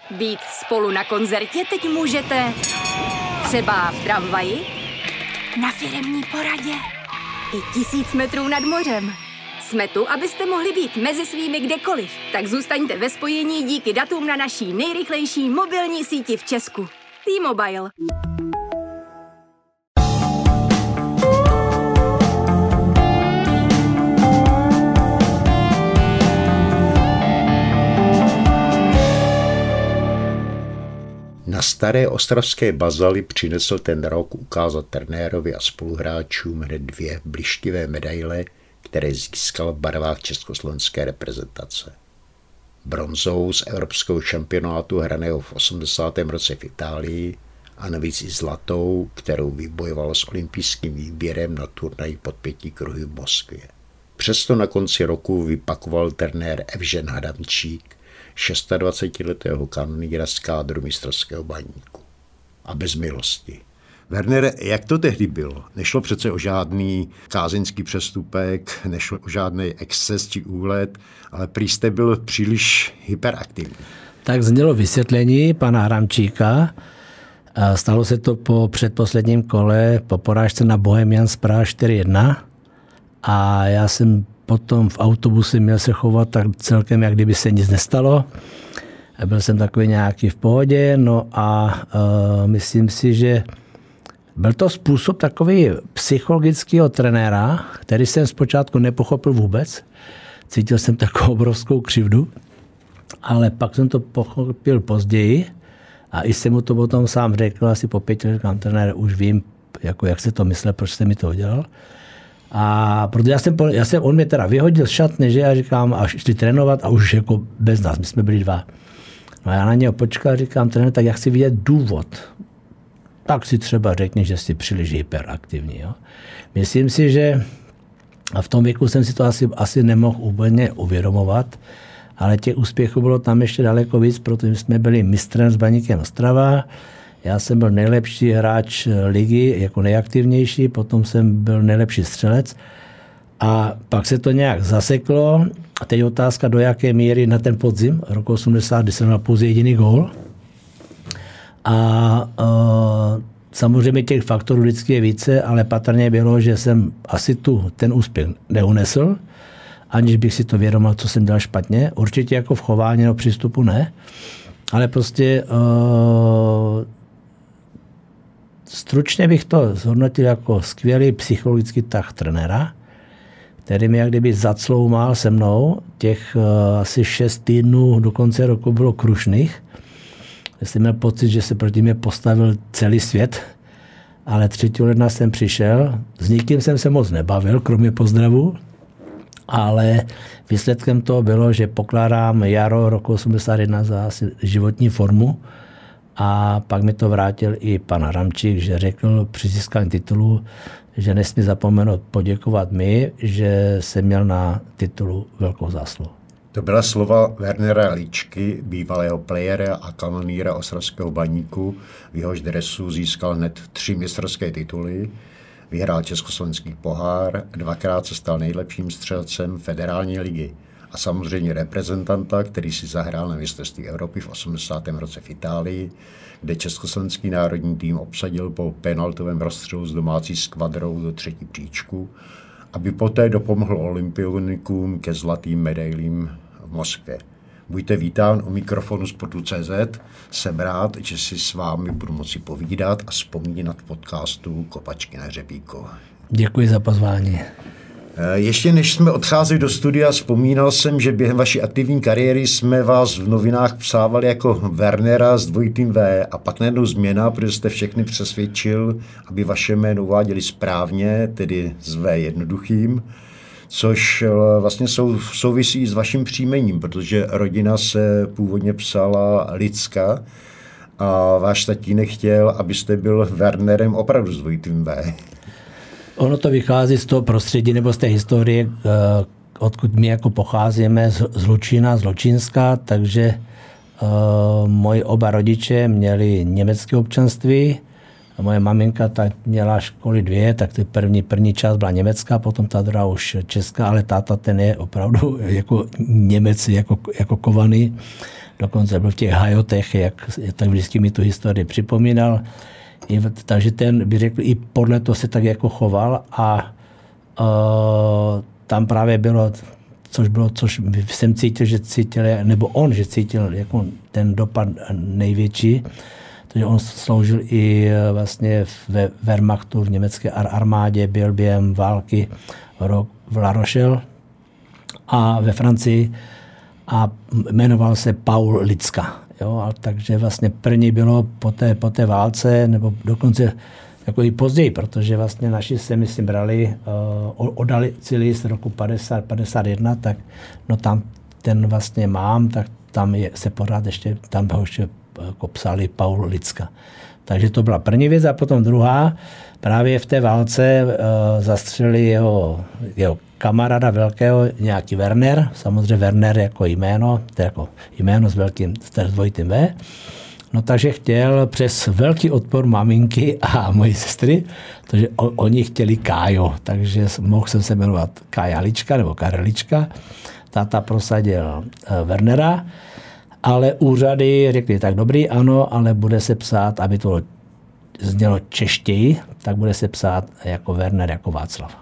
Být spolu na koncertě teď můžete třeba v tramvaji, na firemní poradě i 1000 metrů nad mořem. Jsme tu, abyste mohli být mezi svými kdekoliv. Tak zůstaňte ve spojení díky datům na naší nejrychlejší mobilní síti v Česku. T-Mobile. Na staré ostravské bazali přinesl ten rok ukázat trenérovi a spoluhráčům hned 2 blištivé medaile, které získal v barvách československé reprezentace. Bronzovou z evropského šampionátu hraného v 80. roce v Itálii a navíc i zlatou, kterou vybojoval s olympijským výběrem na turnaj pod 5 kruhy v Moskvě. Přesto na konci roku vypakoval trenér Evžen Hadamčík 26letého kanonýra z kádru mistrovského baníku. A bez milosti. Wernere, jak to tehdy bylo? Nešlo přece o žádný kázeňský přestupek, nešlo o žádný exces či úlet, ale prý jste byl příliš hyperaktivní. Tak znělo vysvětlení pana Hadamčíka. Stalo se to po předposledním kole, po porážce na Bohemians Praha 4-1. A já jsem potom v autobuse měl se chovat tak celkem, jak kdyby se nic nestalo. Byl jsem takový nějaký v pohodě, no a myslím si, že byl to způsob takový psychologického trenéra, který jsem zpočátku nepochopil vůbec. Cítil jsem takovou obrovskou křivdu, ale pak jsem to pochopil později a i jsem mu to potom sám řekl, asi po 5 letech, říkám, trenér, už vím, jako jak se to myslel, proč jste mi to udělal. A protože on mě teda vyhodil z šatny, že já říkám, a šli trénovat a už jako bez nás, my jsme byli 2. No a já na něho počkal a říkám, trenér, tak já chci vidět důvod. Tak si třeba řekni, že jsi příliš hyperaktivní. Jo? Myslím si, že a v tom věku jsem si to asi nemohl úplně uvědomovat, ale těch úspěchů bylo tam ještě daleko víc, protože jsme byli mistrem s Baníkem Ostrava. Já jsem byl nejlepší hráč ligy, jako nejaktivnější, potom jsem byl nejlepší střelec a pak se to nějak zaseklo. A teď je otázka, do jaké míry na ten podzim roku 80, kdy jsem měl pouze jediný gól. A samozřejmě těch faktorů vždycky je více, ale patrně bylo, že jsem asi ten úspěch neunesl, aniž bych si to vědomil, co jsem dělal špatně. Určitě jako v chování nebo přístupu ne, ale prostě stručně bych to zhodnotil jako skvělý psychologický tah trenéra, který mi jak kdyby zacloumal se mnou. Těch asi 6 týdnů do konce roku bylo krušných. Já jsem měl pocit, že se proti mě postavil celý svět, ale 3. ledna jsem přišel. S nikým jsem se moc nebavil, kromě pozdravu, ale výsledkem toho bylo, že pokládám jaro roku 81 za asi životní formu. A pak mi to vrátil i pan Hadamčík, že řekl při získání titulu, že nesmí zapomenout poděkovat mi, že jsem měl na titulu velkou zásluhu. To byla slova Wernera Ličky, bývalého playera a kanonýra ostravského Baníku. V jehož dresu získal hned 3 mistrovské tituly, vyhrál československý pohár, 2krát se stal nejlepším střelcem federální ligy. A samozřejmě reprezentanta, který si zahrál na mistrovství Evropy v 80. roce v Itálii, kde československý národní tým obsadil po penaltovém rozstřelu s domácí skvadrou do 3. příčku, aby poté dopomohl olympionikům ke zlatým medailím v Moskvě. Buďte vítán u mikrofonu Sportu.cz. Jsem rád, že si s vámi budu moci povídat a vzpomínat v podcastu Kopačky na hřebíku. Děkuji za pozvání. Ještě než jsme odcházeli do studia, vzpomínal jsem, že během vaší aktivní kariéry jsme vás v novinách psávali jako Wernera s dvojitým V a pak najednou změna, protože jste všechny přesvědčil, aby vaše jméno uváděli správně, tedy s V jednoduchým, což vlastně souvisí s vaším příjmením, protože rodina se původně psala Lidská a váš tatínek chtěl, abyste byl Wernerem opravdu s dvojitým V. Ono to vychází z toho prostředí nebo z té historie, odkud my jako pocházíme z Lučína, z Lučínska, takže moji oba rodiče měli německé občanství. Moje maminka tak měla školy 2, tak ty první část byla německá, potom ta druhá už česká, ale táta ten je opravdu jako Němec, jako kovaný. dokonce byl v těch hajotech, jak tak vždycky mi tu historii připomínal. Takže ten, bych řekl, i podle toho se tak jako choval a tam právě bylo, což jsem cítil, nebo on, že cítil jako ten dopad největší, protože on sloužil i vlastně ve Wehrmachtu, v německé armádě, byl během války v La Rochelle a ve Francii a jmenoval se Paul Litzka. Jo, a takže vlastně první bylo po té válce, nebo dokonce jako i později, protože vlastně naši se, myslím, brali, oddali celý z roku 50-51, tak no tam ten vlastně mám, tak tam se pořád ještě, tam ho ještě jako psali Paul Litzka. Takže to byla první věc a potom druhá, právě v té válce zastřelili jeho kamaráda velkého, nějaký Werner, samozřejmě Werner jako jméno, to je jako jméno s dvojitým V. No takže chtěl přes velký odpor maminky a mojí sestry, protože oni chtěli Kájo, takže mohl jsem se jmenovat Kajalička nebo Karelička. Táta prosadil Wernera, ale úřady řekli, tak dobrý, ano, ale bude se psát, aby to znělo češtěji, tak bude se psát jako Werner, jako Václav.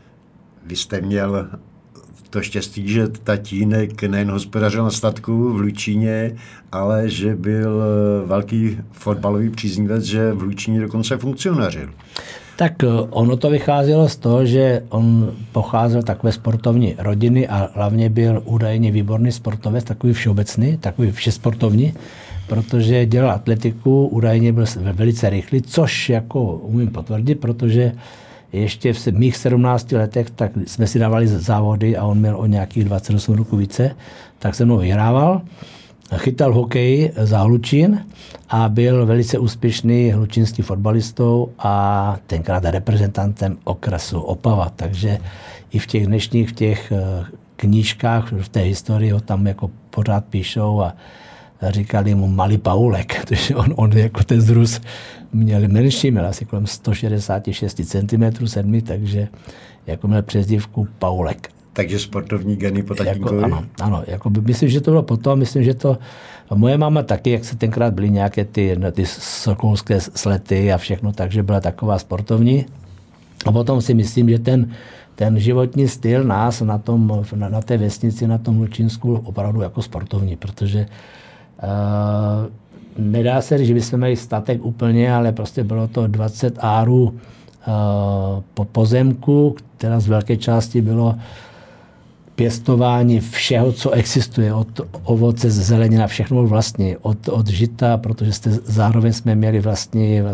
Vy jste měl to štěstí, že tatínek nejen hospodařil na statku v Lučíně, ale že byl velký fotbalový příznivec, že v Lučíně dokonce funkcionařil. Tak ono to vycházelo z toho, že on pocházel takové sportovní rodiny a hlavně byl údajně výborný sportovec, takový všeobecný, takový všesportovní, protože dělal atletiku, údajně byl velice rychlý, což jako umím potvrdit, protože ještě v mých 17 letech tak jsme si dávali závody a on měl o nějakých 28 roku více, tak se mnou vyhrával. Chytal hokej za Hlučín a byl velice úspěšný hlučínský fotbalistou a tenkrát reprezentantem okresu Opava. Takže i v těch dnešních knížkách, v té historii ho tam jako pořád píšou a říkali mu Malý Paulek, protože on jako ten zrůst měl menší, měl asi kolem 166 cm 7, takže jako měl přezdívku Paulek. Takže sportovní geny po tatínkovi? Ano, myslím, že to bylo potom, myslím, že to moje máma taky, jak se tenkrát byly nějaké ty sokolské slety a všechno, takže byla taková sportovní. A potom si myslím, že ten životní styl nás na té vesnici, na tom Lučínsku opravdu jako sportovní, protože nedá se říct, že bychom měli statek úplně, ale prostě bylo to 20 árů po pozemku, která z velké části bylo pěstování všeho, co existuje, od ovoce, zelenina, všechno vlastně, od žita, protože zároveň jsme měli vlastně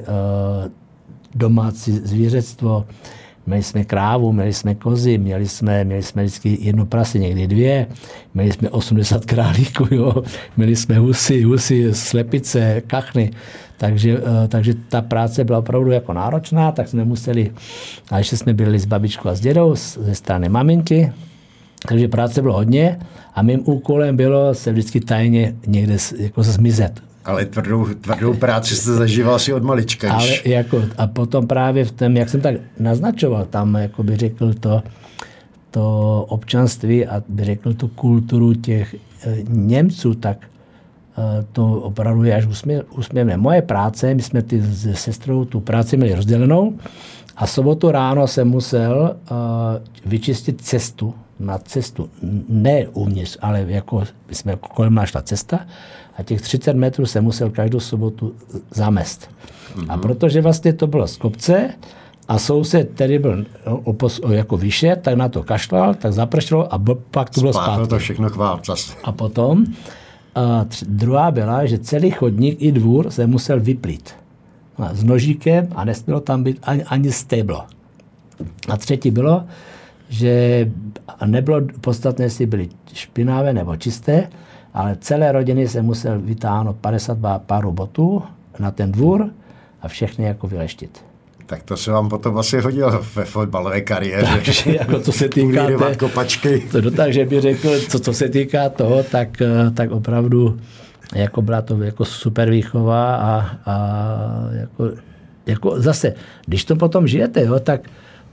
domácí zvířectvo, měli jsme krávu, měli jsme kozy, měli jsme vždycky jedno prase, někdy 2, měli jsme 80 králíků, jo, měli jsme husy, slepice, kachny, takže ta práce byla opravdu jako náročná, tak jsme museli, a ještě jsme byli s babičkou a s dědou ze strany maminky, takže práce bylo hodně a mým úkolem bylo se vždycky tajně někde jako zmizet. Ale tvrdou práci jste zažíval si od malička. Ale a potom právě v tom, jak jsem tak naznačoval, tam jako by řekl to občanství a by řekl tu kulturu těch Němců, tak to opravdu je až úsměvné. Moje práce, my jsme se sestrou tu práci měli rozdělenou a sobotu ráno jsem musel vyčistit cestu, ne uvnitř, ale jako jsme kolem našla cesta a těch 30 metrů se musel každou sobotu zamést. Mm-hmm. A protože vlastně to bylo z kopce a soused, který byl jako výše, tak na to kašlal, tak zapršelo a pak to bylo zpátky. To všechno chvál zase. A potom druhá byla, že celý chodník i dvůr se musel vyplít s nožíkem a nesmělo tam být ani stéblo. A třetí bylo, že nebylo podstatné, jestli byly špinavé nebo čisté, ale celé rodiny se musel vytáhnout 52 párů botů na ten dvůr a všechny jako vyleštit. Tak to se vám potom asi hodilo ve fotbalové kariéře. Takže jako co se týká takže bych řekl, co se týká toho, tak opravdu jako byla to jako super výchova a jako zase, když to potom žijete, jo, tak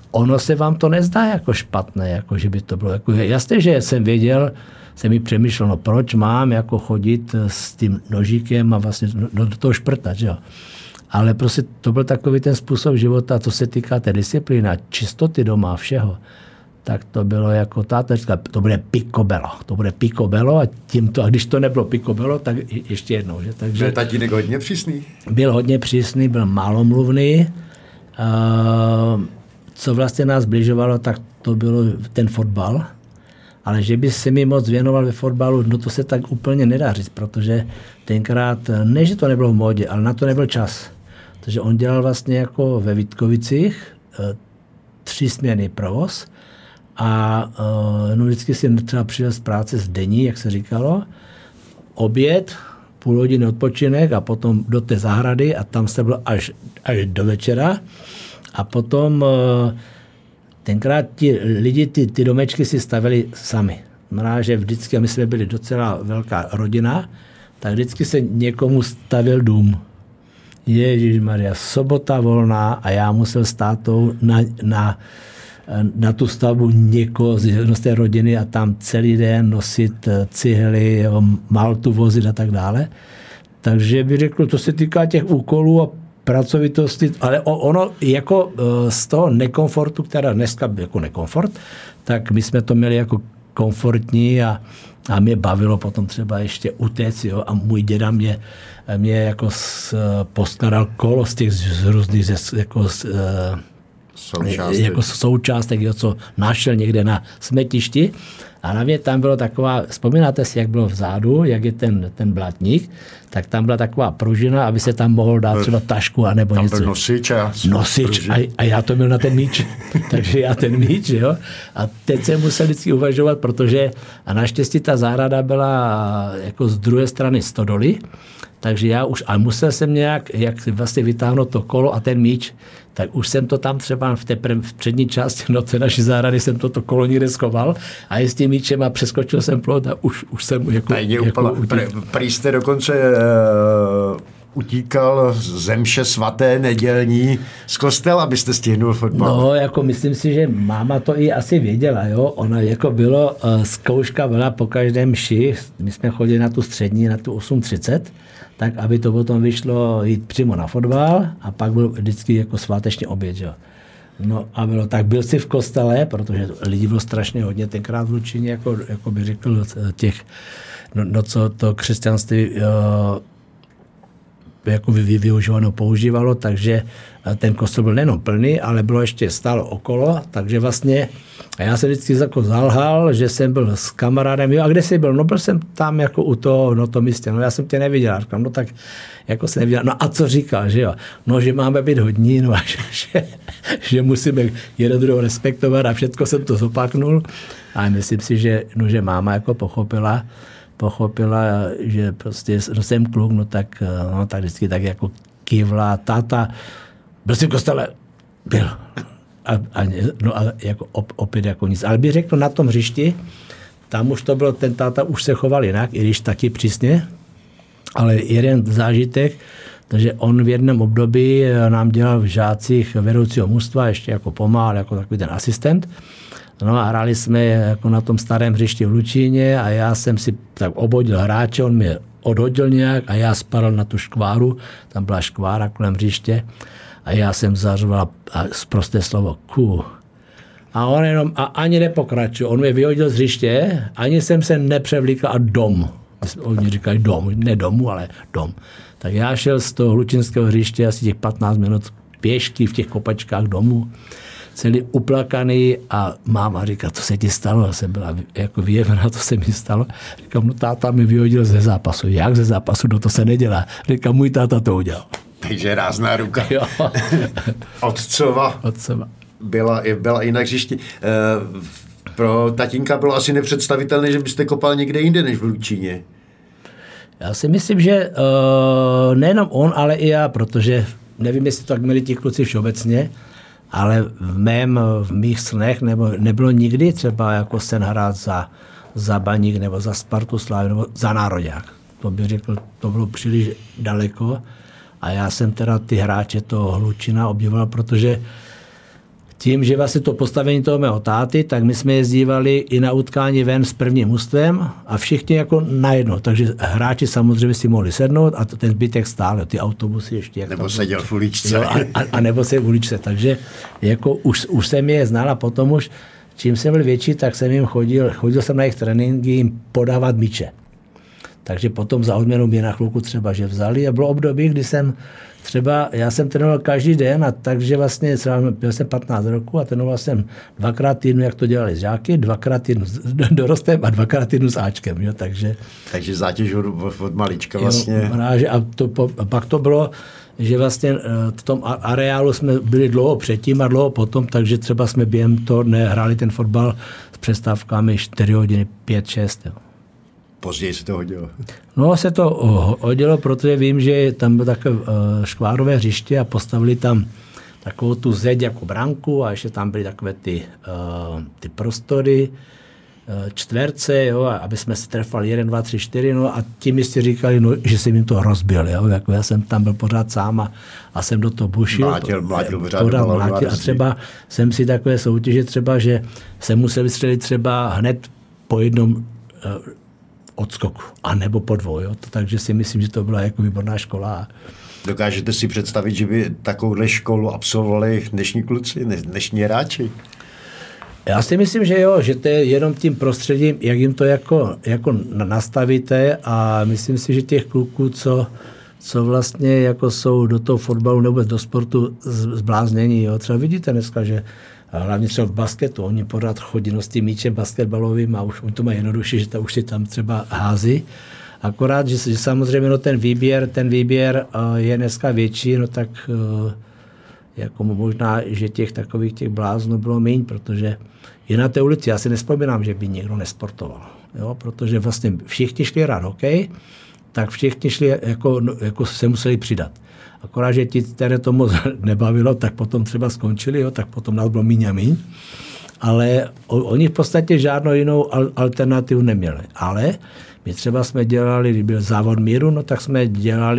ono se vám to nezdá jako špatné, jako že by to bylo. Jako, jasně, že jsem věděl, jsem mi přemýšlel, no proč mám jako chodit s tím nožíkem a vlastně do toho šprtat, že jo. Ale prostě to byl takový ten způsob života, co se týká té disciplíny, čistoty doma, všeho. Tak to bylo jako táta říkal, to bude picobello a tímto, a když to nebylo picobello, tak ještě jednou. Že? Takže byl tatínek hodně přísný? Byl hodně přísný, byl málomluvný. Co vlastně nás zbližovalo, tak to bylo ten fotbal. Ale že by se mi moc věnoval ve fotbalu, no to se tak úplně nedá říct, protože tenkrát, ne, že to nebylo v módě, ale na to nebyl čas. Takže on dělal vlastně jako ve Vítkovicích 3směnný provoz a no vždycky si třeba přijel z práce z denní, jak se říkalo, oběd, půl hodiny odpočinek a potom do té zahrady a tam se bylo až do večera a potom tenkrát ti lidi ty domečky si stavili sami. Znamená, že vždycky, a my jsme byli docela velká rodina, tak vždycky se někomu stavil dům. Ježišmarja, sobota volná a já musel s tátou na tu stavbu někoho z té rodiny a tam celý den nosit cihly, maltu vozit a tak dále. Takže bych řekl, to se týká těch úkolů a pracovitosti, ale ono jako z toho nekomfortu, která dneska jako nekomfort, tak my jsme to měli jako komfortní a mě bavilo potom třeba ještě utéct, jo, a můj děda mě jako poskladal kolo z těch různých jako součástek, jo, co našel někde na smetišti. A hlavně tam bylo taková, vzpomínáte si, jak bylo vzadu, jak je ten blatník, tak tam byla taková pružina, aby se tam mohl dát třeba tašku a nebo něco. Tam byl nosič a já to měl na ten míč. Takže já ten míč, jo. A teď jsem musel vždycky uvažovat, protože a naštěstí ta zahrada byla jako z druhé strany stodoly, takže já už, a musel jsem nějak, jak vlastně vytáhnout to kolo a ten míč, tak už jsem to tam třeba v přední části té naší zahrady jsem to kolo někde schoval a s tím míčem a přeskočil jsem plot a už jsem jako prý jste dokonce utíkal ze mše svaté nedělní z kostela, abyste stihnul fotbal. No, jako myslím si, že máma to i asi věděla, jo. Ona jako bylo, zkouška byla po každém mši, my jsme chodili na tu střední, na tu 8:30, tak aby to potom vyšlo jít přímo na fotbal a pak byl vždycky jako sváteční oběd, jo. No a bylo tak, byl si v kostele, protože lidí bylo strašně hodně tenkrát v Lučíně, jako bych řekl, těch, no co to křesťanství jako využívano, používalo, takže ten kostel byl nejenom plný, ale bylo ještě stálo okolo, takže vlastně a já se vždycky jako zalhal, že jsem byl s kamarádem, jo, a kde jsi byl? No byl jsem tam jako u toho, no to místě, no já jsem tě neviděl, říkám, no tak jako se neviděl, no a co říkal, že jo? No, že máme být hodní, no a že musíme jeden druhého respektovat a všechno jsem to zopaknul a myslím si, že máma jako pochopila, že prostě jsem kluk, no tak vždycky tak jako kývla, táta, byl jsi v kostele? Byl. A jako opět jako nic. Ale bych řekl, na tom hřišti, tam už to bylo, ten táta už se choval jinak, i když taky přísně, ale jeden zážitek, takže on v jednom období nám dělal v žácích vedoucího mužstva, ještě jako pomáhal, jako takový ten asistent. No a hráli jsme jako na tom starém hřišti v Lučíně a já jsem si tak obodil hráče, on mě odhodil nějak a já spadl na tu škváru, tam byla škvára kolem hřiště a já jsem zařval prosté slovo ku. A on jenom ani nepokračuje, on mě vyhodil z hřiště, ani jsem se nepřevlíkl a dom. Oni říkají dom, ne domů, ale dom. Tak já šel z toho hlučínského hřiště asi těch 15 minut pěšky v těch kopačkách domů, celý uplakaný a máma říká, co se ti stalo? Já jsem byla jako vyjevená, co se mi stalo. Říkám, no táta mi vyhodil ze zápasu. Jak ze zápasu? No to se nedělá. Říkám, můj táta to udělal. Takže rázná ruka. Jo. Otcova. Byla i na hřišti. Pro tatínka bylo asi nepředstavitelné, že byste kopal někde jinde než v Lučíně. Já si myslím, že nejenom on, ale i já, protože nevím, jestli to tak měli ti kluci všeobecně, ale v mých snech nebylo nikdy třeba jako sen hrát za Baník nebo za Spartu Slávy nebo za Nároďák. To bych řekl, to bylo příliš daleko a já jsem teda ty hráče toho Hlučína obdivoval, protože tím, že vlastně to postavení toho mého táty, tak my jsme jezdívali i na utkání ven s prvním mužstvem a všichni jako najednou. Takže hráči samozřejmě si mohli sednout a ten zbytek stál, ty autobusy ještě. Nebo seděl v uličce. A nebo se v uličce. Takže jako už jsem je znal a potom už, čím jsem byl větší, tak jsem jim chodil jsem na jejich tréninky jim podávat míče. Takže potom za odměnu mě na chvilku třeba, že vzali a bylo období, kdy já jsem trénoval každý den a takže vlastně byl jsem 15 roku a trénoval jsem 2x týdnu, jak to dělali žáky, 2x týdnu s dorostem a 2x týdnu s Ačkem. Jo, takže zátěž od malička vlastně. Jo, a pak to bylo, že vlastně v tom areálu jsme byli dlouho předtím a dlouho potom, takže třeba jsme během toho dne hráli ten fotbal s přestávkami 4 hodiny, 5-6. Později se to hodilo. No, se to hodilo, protože vím, že tam bylo takové škvárové hřiště a postavili tam takovou tu zeď jako branku a ještě tam byly takové ty prostory, čtverce, jo, aby jsme se trefali 1, 2, 3, 4, no a tím jistě říkali, no, že jsem jim to rozbil, jo, jako já jsem tam byl pořád sám a jsem do toho bušil. Mlátil pořád. A třeba jsem si takové soutěže třeba, že jsem musel vystřelit třeba hned po jednom odskoku, a nebo po 2, jo, takže si myslím, že to byla jako výborná škola. Dokážete si představit, že by takovouhle školu absolvovali dnešní kluci, dnešní hráči? Já si myslím, že jo, že to je jenom tím prostředím, jak jim to jako nastavíte a myslím si, že těch kluků, co vlastně jako jsou do toho fotbalu nebo do sportu zbláznění, jo. Třeba vidíte dneska, že hlavně třeba v basketu, oni pořád chodí s tím míčem basketbalovým a už oni to mají jednodušší, že to už si tam třeba hází. Akorát, že samozřejmě no, ten výběr je dneska větší, no tak jako možná, že těch bláznů bylo méně, protože je na té ulici, já si nespomínám, že by někdo nesportoval, jo, protože vlastně všichni šli hrát hokej, tak všichni šli, jako se museli přidat. Akorát, že ti, které to moc nebavilo, tak potom třeba skončili, jo, tak potom nás bylo míň a míň. Ale oni v podstatě žádnou jinou alternativu neměli. Ale my třeba jsme dělali, když byl závod míru, no tak jsme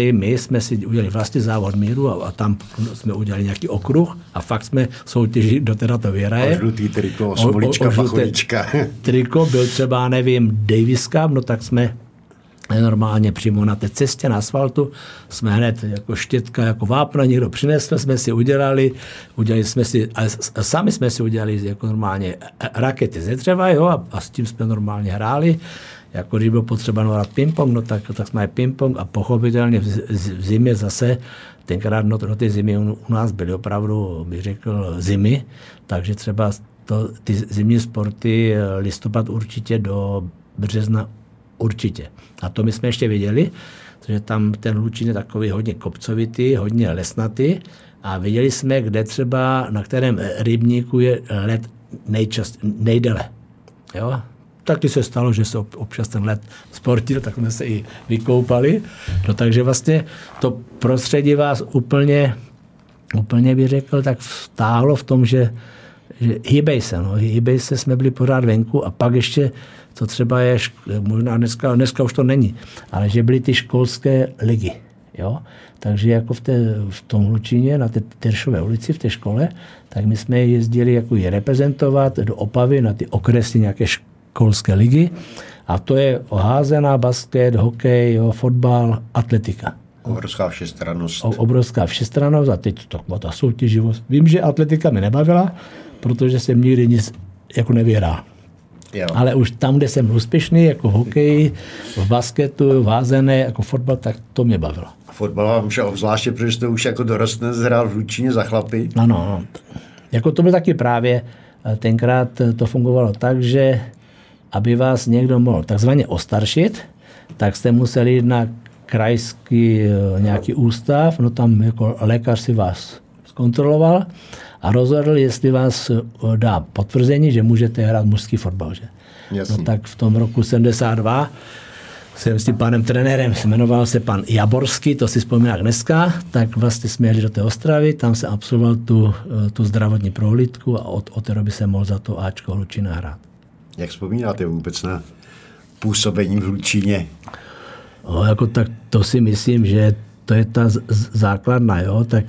si udělali vlastně závod míru a tam jsme udělali nějaký okruh a fakt jsme soutěžili, kdo teda to vyhraje. O žlutý triko, smolička, pacholička. Triko byl třeba, nevím, Davis Cup, no tak jsme normálně přímo na té cestě, na asfaltu, jsme hned jako štětka, jako vápna, někdo přinesl, jsme si udělali jsme si, a sami jsme si udělali jako normálně rakety ze dřeva, jo, a s tím jsme normálně hráli. Jako když bylo potřeba hrát ping-pong, no tak jsme ping-pong a pochopitelně v zimě zase, tenkrát no ty zimy u nás byly opravdu, bych řekl, zimy, takže třeba ty zimní sporty listopad určitě do března určitě. A to my jsme ještě věděli, že tam ten Hlučín je takový hodně kopcovitý, hodně lesnatý a věděli jsme, kde třeba, na kterém rybníku je led nejdéle. Jo? Taky se stalo, že se občas ten led sportil, tak jsme se i vykoupali. No, takže vlastně to prostředí vás úplně bych řekl, tak vtáhlo v tom, že hýbej se, jsme byli pořád venku a pak ještě to třeba je, možná dneska už to není, ale že byly ty školské ligy. Jo? Takže jako v tom Hlučíně, na té Teršové ulici, v té škole, tak my jsme jezdili jako je reprezentovat do Opavy na ty okresy nějaké školské ligy a to je házená, basket, hokej, jo, fotbal, atletika. Obrovská všestrannost. Obrovská všestrannost a teď ta soutěživost. Vím, že atletika mi nebavila, protože jsem nikdy nic jako nevyhrál. Jo. Ale už tam, kde jsem úspěšný, jako v hokeji, v basketu, v házené, jako fotbal, tak to mě bavilo. A fotbal vám šel obzvláště, protože jste už jako dorostenec hrál v Hlučíně za chlapy? Ano. Jako to byl taky právě, tenkrát to fungovalo tak, že aby vás někdo mohl takzvaně ostaršit, tak jste museli jít na krajský nějaký ústav, no tam jako lékař si vás zkontroloval a rozhodl, jestli vás dá potvrzení, že můžete hrát mužský fotbal. Že? No tak v tom roku 72 jsem s tím panem trenérem, jmenoval se pan Jaborský, to si vzpomínám dneska, tak vlastně jsme jeli do té Ostravy, tam se absolvoval tu zdravotní prohlídku a od té doby jsem mohl za to Ačko Hlučína hrát. Jak vzpomínáte vůbec na působení v Hlučíně? Jako tak to si myslím, že to je ta základna, jo, tak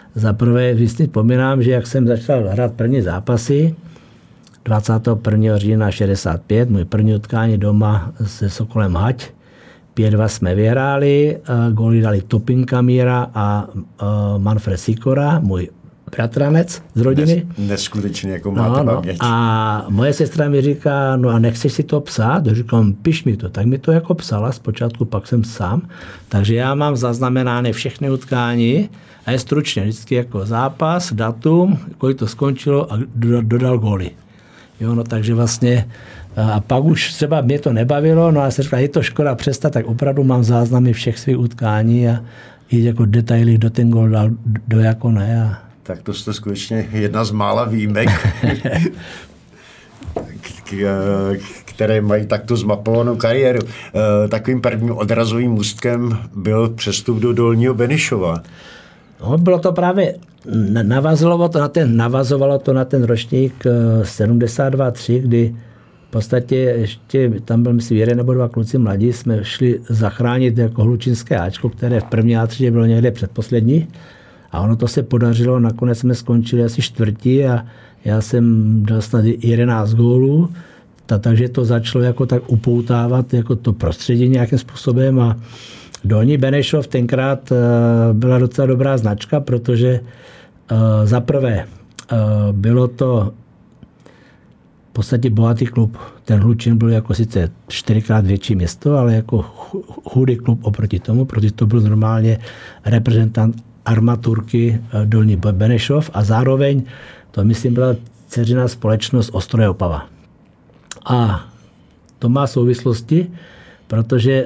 Za prvé, si vzpomínám, že jak jsem začal hrát první zápasy, 21. října 65, můj první utkání doma se Sokolem Hať, 5-2 jsme vyhráli, góly dali Topinka Míra a Manfred Sikora, můj bratranec z rodiny. Neskutečně, jako máte paměť. A moje sestra mi říká, no a nechceš si to psát? Říkám, piš mi to. Tak mi to jako psala zpočátku, pak jsem sám. Takže já mám zaznamenány všechny utkání a je stručně vždycky jako zápas, datum, kolik to skončilo a dodal góly. Jo, no takže vlastně a pak už třeba mě to nebavilo, no a se říká, je to škoda přestat, tak opravdu mám záznamy všech svých utkání a jít jako detaily, kdo ten gól dal, do jako ne. A tak to jste skutečně jedna z mála výjimek, které mají takto zmapovanou kariéru. Takovým prvním odrazovým můstkem byl přestup do Dolního Benešova. No, bylo to právě, navazovalo to na ten ročník 72-3, kdy v podstatě ještě tam byl, myslím, jeden nebo dva kluci mladí, jsme šli zachránit jako hlučínské Ačko, které v první A3 bylo někde předposlední. A ono to se podařilo, nakonec jsme skončili asi čtvrtí a já jsem dal snad 11 gólů, takže to začalo jako tak upoutávat jako to prostředí nějakým způsobem a Dolní Benešov tenkrát byla docela dobrá značka, protože za prvé bylo to v podstatě bohatý klub. Ten Hlučín byl jako sice 4krát větší město, ale jako chudý klub oproti tomu, protože to byl normálně reprezentant armaturky Dolní Benešov a zároveň to, myslím, byla dceřiná společnost Ostroje Opava. A to má souvislosti, protože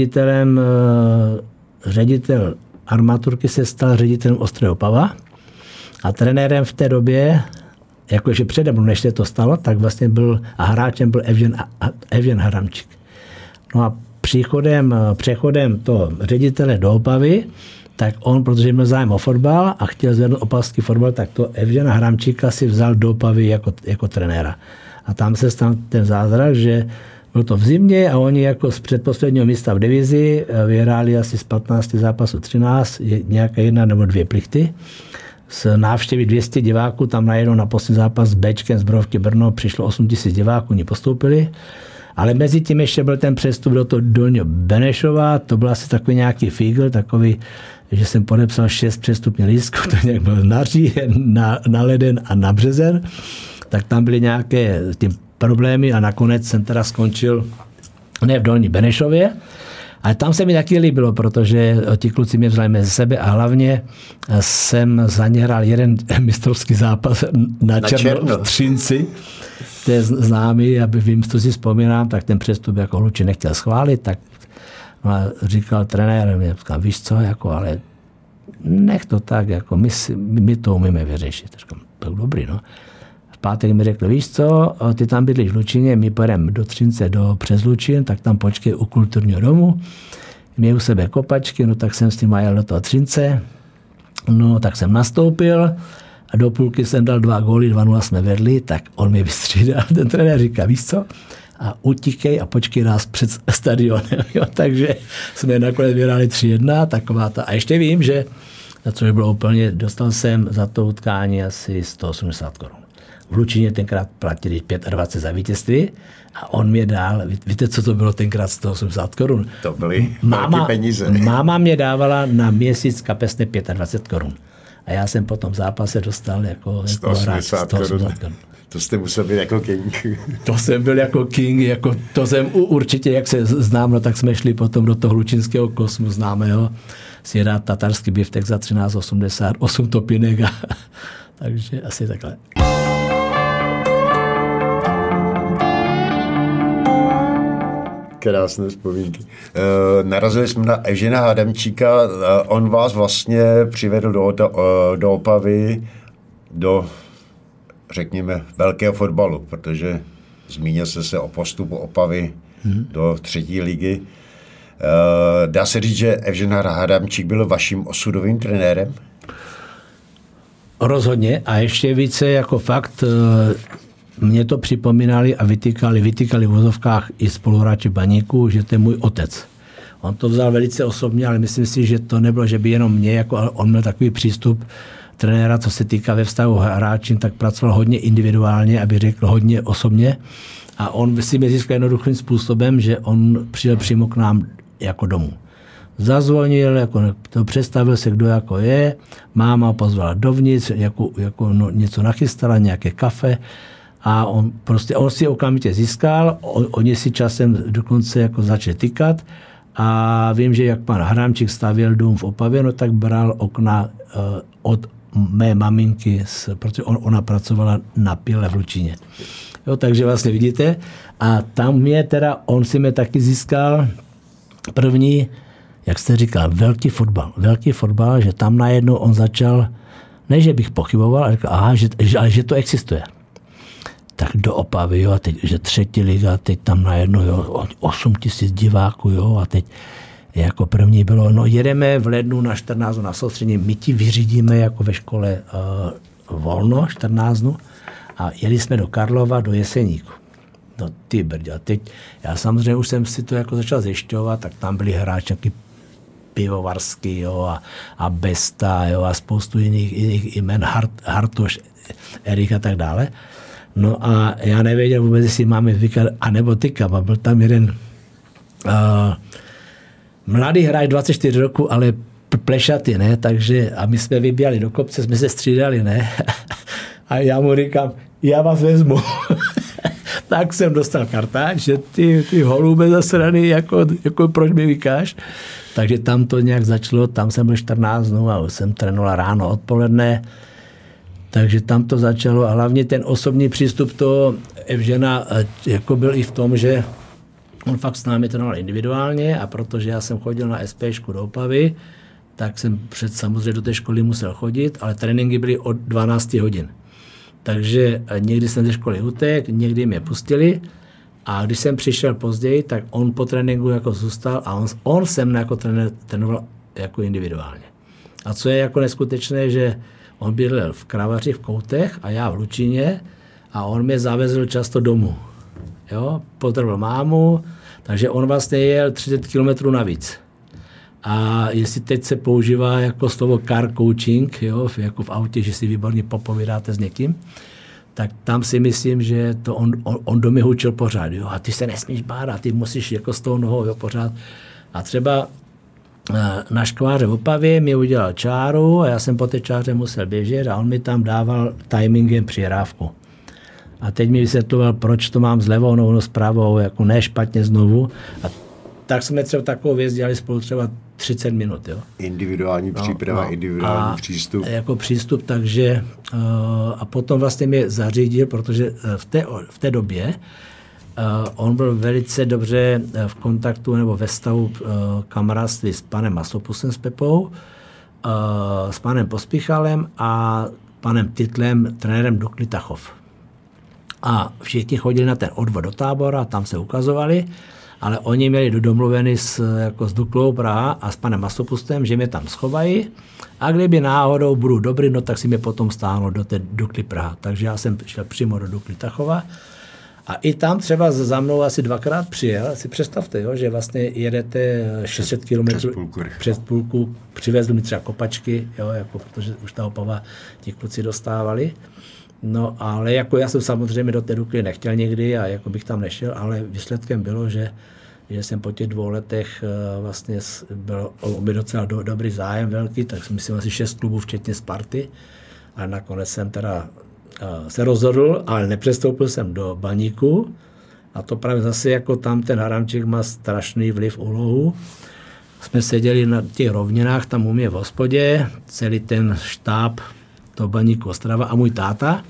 ředitel armaturky se stal ředitelem Ostroje Opava a trenérem v té době, jakože přede mnou, než se to stalo, tak vlastně byl a hráčem byl Evžen Haramčík. No a přechodem toho ředitele do Opavy, tak on, protože měl zájem o fotbal a chtěl zvednout opavský fotbal, tak to Evžena Haramčíka si vzal do Opavy jako trenéra. A tam se stal ten zázrak, že bylo to v zimě a oni jako z předposledního místa v divizi vyhráli asi z 15 zápasů 13, nějaké 1 nebo 2 plichty. Z návštěvy 200 diváků tam najednou na poslední zápas s Bčkem z Borovky Brno přišlo 8 000 diváků, oni postoupili. Ale mezi tím ještě byl ten přestup do toho Dolního Benešova, to byl asi takový nějaký fígl, takový, že jsem podepsal 6 přestupních lístků, to nějak byl na říjen, na leden a na březen, tak tam byly nějaké tím problémy a nakonec jsem teda skončil ne v Dolní Benešově, ale tam se mi taky líbilo, protože ti kluci mě vzali mezi sebe a hlavně jsem za ně hrál jeden mistrovský zápas na černo v Třinci. To je známý, aby vím, co si vzpomínám, tak ten přestup jako Hlučín nechtěl schválit, tak říkal trenér, mě říkal, víš co, jako, ale nech to tak, jako my to umíme vyřešit. Říkám, tak dobrý, no. V pátek mi řekl, víš co, ty tam bydlíš v Hlučíně, my pojedeme do Třince přes Hlučín, tak tam počkej u kulturního domu, měj u sebe kopačky, no tak jsem s tím jel do toho Třince, no tak jsem nastoupil a do půlky jsem dal 2 góly, 2-0 jsme vedli, tak on mě vystřídal, ten trenér říká, víš co, a utíkej a počkej nás před stadionem, jo, takže jsme nakonec vyhráli 3-1, taková ta, a ještě vím, že, což bylo úplně, dostal jsem za to utkání asi 180 korun. V Hlučíně tenkrát platili 25 za vítězství a on mě dal, víte, co to bylo tenkrát 180 korun? To byly velké peníze. Máma mě dávala na měsíc kapesné 25 korun. A já jsem po tom zápase dostal jako 180 korun. To jste musel být jako king. To jsem byl jako king, jako, to jsem určitě, jak se znám, no, tak jsme šli potom do toho hlučínského Kosmu známého si dát tatarský biftek za 13,80, 8 topinek a takže asi takhle. Krásné vzpomínky. Narazili jsme na Evžena Haramčíka, on vás vlastně přivedl do Opavy, do, řekněme, velkého fotbalu, protože zmínil jste se o postupu Opavy do 3. ligy. Dá se říct, že Evžen Haramčík byl vaším osudovým trenérem? Rozhodně a ještě více jako fakt mě to připomínali a vytýkali v vozovkách i spoluhráči Baníku, že to je můj otec. On to vzal velice osobně, ale myslím si, že to nebylo, že by jenom mě, jako on měl takový přístup trenéra, co se týká ve vztahu hráčům, tak pracoval hodně individuálně, aby řekl hodně osobně. A on si mě získal jednoduchým způsobem, že on přijel přímo k nám jako domů. Zazvonil, představil se, kdo jako je, máma pozvala dovnitř, něco nachystala, nějaké kafe a on si okamžitě získal, oni si časem dokonce jako začali tykat a vím, že jak pan Hramčík stavěl dům v Opavě, no tak bral okna od mé maminky, protože ona pracovala na pile v Lučíně. Jo, takže vlastně vidíte, a tam on si mě taky získal první, jak jste říkal, velký fotbal, že tam najednou on začal, ne, že bych pochyboval, ale říkal, že to existuje. Tak do Opavy, jo, a teď, že 3. liga, teď tam najednou, jo, 8 000 diváků, jo, a teď jako první bylo, no jedeme v lednu na 14 na soustředění, my ti vyřídíme jako ve škole volno, 14 a jeli jsme do Karlova, do Jeseníku. No ty brdě, a teď, já samozřejmě už jsem si to jako začal zjišťovat, tak tam byli hráči, nějaký Pivovarský, jo, a Besta, jo, a spoustu jiných jmen, Hartoš, Erich a tak dále. No a já nevěděl vůbec, jestli máme vykat, anebo tyka, byl tam jeden mladý hráč 24 roku, ale plešatý, ne, takže a my jsme vyběhli do kopce, jsme se střídali, ne, a já mu říkám, já vás vezmu. Tak jsem dostal kartáč, že ty holube zasraný, jako proč mi vykáš. Takže tam to nějak začalo, tam jsem byl 14 dnů a jsem trénoval ráno, odpoledne. Takže tam to začalo a hlavně ten osobní přístup toho Evžena jako byl i v tom, že on fakt s námi trénoval individuálně a protože já jsem chodil na SPčku do Opavy, tak jsem samozřejmě do té školy musel chodit, ale tréninky byly od 12 hodin. Takže někdy jsem ze školy utek, někdy mě pustili a když jsem přišel později, tak on po tréninku jako zůstal a on se mne jako trénoval jako individuálně. A co je jako neskutečné, že on bydlel v Kravaři v Koutech a já v Lučíně a on mě zavezl často domů. Jo, potrval mámu, takže on vlastně jel 30 kilometrů navíc. A jestli teď se používá jako slovo car coaching, jo, jako v autě, že si výborně popovídáte s někým, tak tam si myslím, že to on do mě učil pořád. Jo, a ty se nesmíš bát a ty musíš jako s tou nohou, jo, pořád. A třeba na škváře v Opavě mi udělal čáru a já jsem po té čáře musel běžet a on mi tam dával timingem přihrávku. A teď mi vysvětloval, proč to mám s levou nohou, s pravou, jako ne špatně znovu. A tak jsme třeba takovou věc dělali spolu třeba 30 minut. Jo. Individuální příprava, individuální přístup. Jako přístup, takže a potom vlastně mě zařídil, protože v té době on byl velice dobře v kontaktu nebo ve stavu kamarádství s panem Masopusem, s Pepou, s panem Pospíchalem a panem Titlem, trenérem Dukly Tachov. A všichni chodili na ten odvod do Tábora a tam se ukazovali, ale oni měli domluveny s Duklou Praha a s panem Masopustem, že mě tam schovají a kdyby náhodou budu dobrý, no tak si mě potom stáhnou do té Dukly Praha. Takže já jsem šel přímo do Dukly Tachova a i tam třeba za mnou asi 2krát přijel. Si představte, jo, že vlastně jedete 600 kilometrů přes půlku, přivezli mi třeba kopačky, jo, jako, protože už ta Opava ti kluci dostávali. No, ale jako já jsem samozřejmě do té Dukly nechtěl nikdy a jako bych tam nešel, ale výsledkem bylo, že jsem po těch 2 letech vlastně byl docela dobrý zájem velký, tak myslím asi 6 klubů, včetně Sparty. A nakonec jsem teda se rozhodl, ale nepřestoupil jsem do Baníku. A to právě zase jako tam ten Haramčík má strašný vliv úlohu. Jsme seděli na těch rovninách tam u mě v hospodě, celý ten štáb toho Baníku Ostrava a můj táta.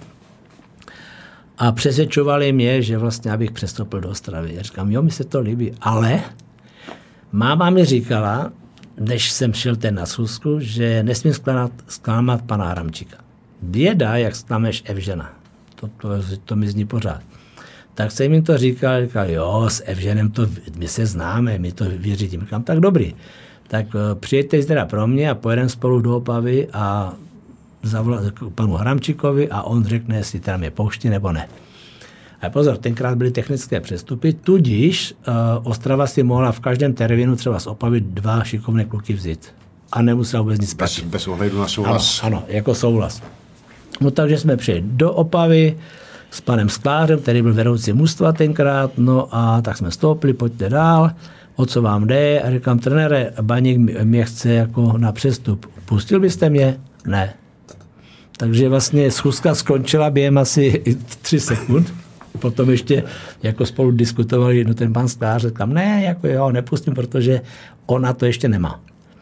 A přesvědčovali mě, že vlastně abych přestoupil do Ostravy. Já říkám, jo, mi se to líbí, ale máma mi říkala, než jsem šel ten na schůzku, že nesmím zklamat pana Haramčíka. Běda, jak zklameš Evžena. To mi zní pořád. Tak jsem jim to říkal, jo, s Evženem my se známe, my to vyřídím. Říkám, tak dobrý. Tak přijďte teda pro mě a pojedeme spolu do Opavy a zavolal panu Haramčíkovi a on řekne, jestli teda mě pouští nebo ne. A pozor, tenkrát byly technické přestupy, tudíž Ostrava si mohla v každém termínu třeba z Opavy 2 šikovné kluky vzít. a nemusela vůbec nic platit. Bez ohledu na souhlas. Ano, jako souhlas. No takže jsme přijeli do Opavy s panem Sklářem, který byl vedoucí mužstva tenkrát, no a tak jsme stoupili, pojďte dál, o co vám jde? A říkám, trenére, Baník mě chce jako na přestup. Pustil byste mě? Ne. Takže vlastně schůzka skončila během asi 3 sekund. Potom ještě jako spolu diskutovali, no ten pan Sklář říkám, ne, jako jo, nepustím, protože on na to ještě nemá.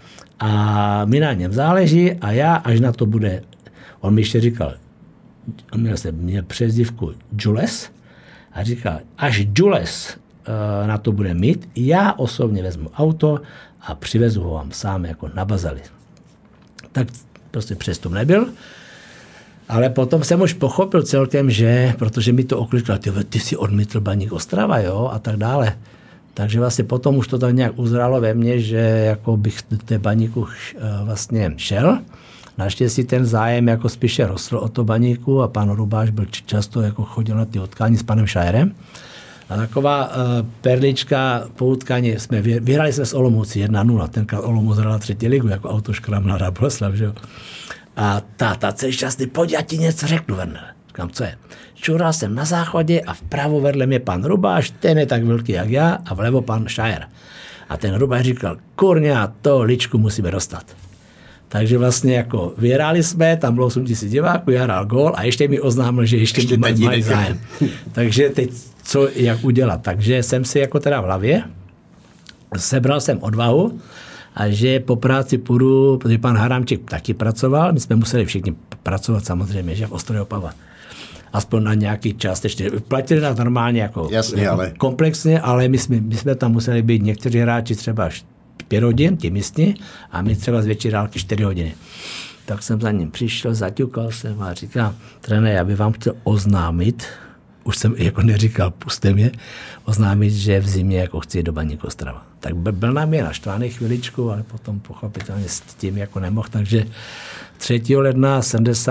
A mi na něm záleží a já, až na to bude, on mi ještě říkal, on měl přezdívku Jules a říkal, až Jules na to bude mít, já osobně vezmu auto a přivezu ho vám sám jako na bazali. Tak prostě přestup nebyl, ale potom jsem už pochopil celkem, že, protože mi to okliklo, ty si odmítl Baník Ostrava, jo, a tak dále. Takže vlastně potom už to tak nějak uzrálo ve mně, že jako bych do té Baníku vlastně šel. Naštěstí ten zájem jako spíše rostl o to Baníku a pan Rubáš byl často jako chodil na ty utkání s panem Šajerem. A taková perlička po utkání, vyhrali jsme s Olomoucí 1-0, tenkrát Olomouc hrála 3. ligu, jako Autoškola Mladá Boleslav, že jo. A táta celý šťastný, pojď, já ti něco řeknu, Werner. Říkám, co je? Čural jsem na záchodě a vpravo vedle mě pan Rubáš, ten je tak velký jak já, a vlevo pan Šajer. A ten Rubáš říkal, kurňa, to ličku musíme dostat. Takže vlastně jako vyhráli jsme, tam bylo 8 000 diváků, já hrál gól a ještě mi oznámil, že ještě mají zájem. Takže teď co, jak udělat. Takže jsem si jako teda v hlavě, sebral jsem odvahu a že po práci půjdu, protože pan Haramčík taky pracoval, my jsme museli všichni pracovat samozřejmě, že v Ostrově Opava. Aspoň na nějaký čas, ještě platili nás normálně jako, jasně, jako ale komplexně, ale my jsme tam museli být někteří hráči třeba 5 hodin, ti místní, a my třeba z větší dálky 4 hodiny. Tak jsem za ním přišel, zaťukal jsem a říkám, trenér, já bych vám chtěl oznámit, už jsem jako neříkal, puste mě, oznámit, že v zimě jako chci do Baníku Ostrava. Tak byl na mě naštvaný chviličku, ale potom pochopitelně s tím jako nemohl, takže 3. ledna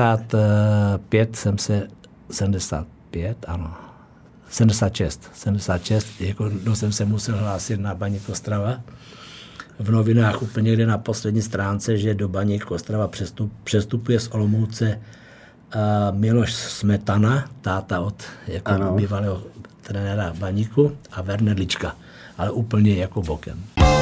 76, jako jsem se musel hlásit na Baník Ostrava. V novinách úplně někde na poslední stránce, že do Baníku Ostrava přestupuje z Olomouce Miloš Smetana, táta od jako bývalého trenéra Baníku, a Werner Lička, ale úplně jako bokem.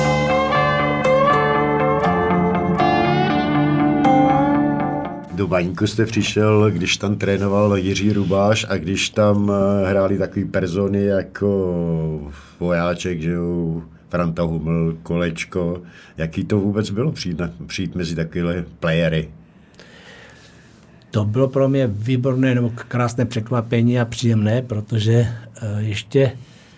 Do Baníku jste přišel, když tam trénoval Jiří Rubáš a když tam hráli takový persony jako Vojáček, že jo, Franta Huml, Kolečko. Jaký to vůbec bylo přijít mezi takovéhle playery? To bylo pro mě výborné nebo krásné překvapení a příjemné, protože ještě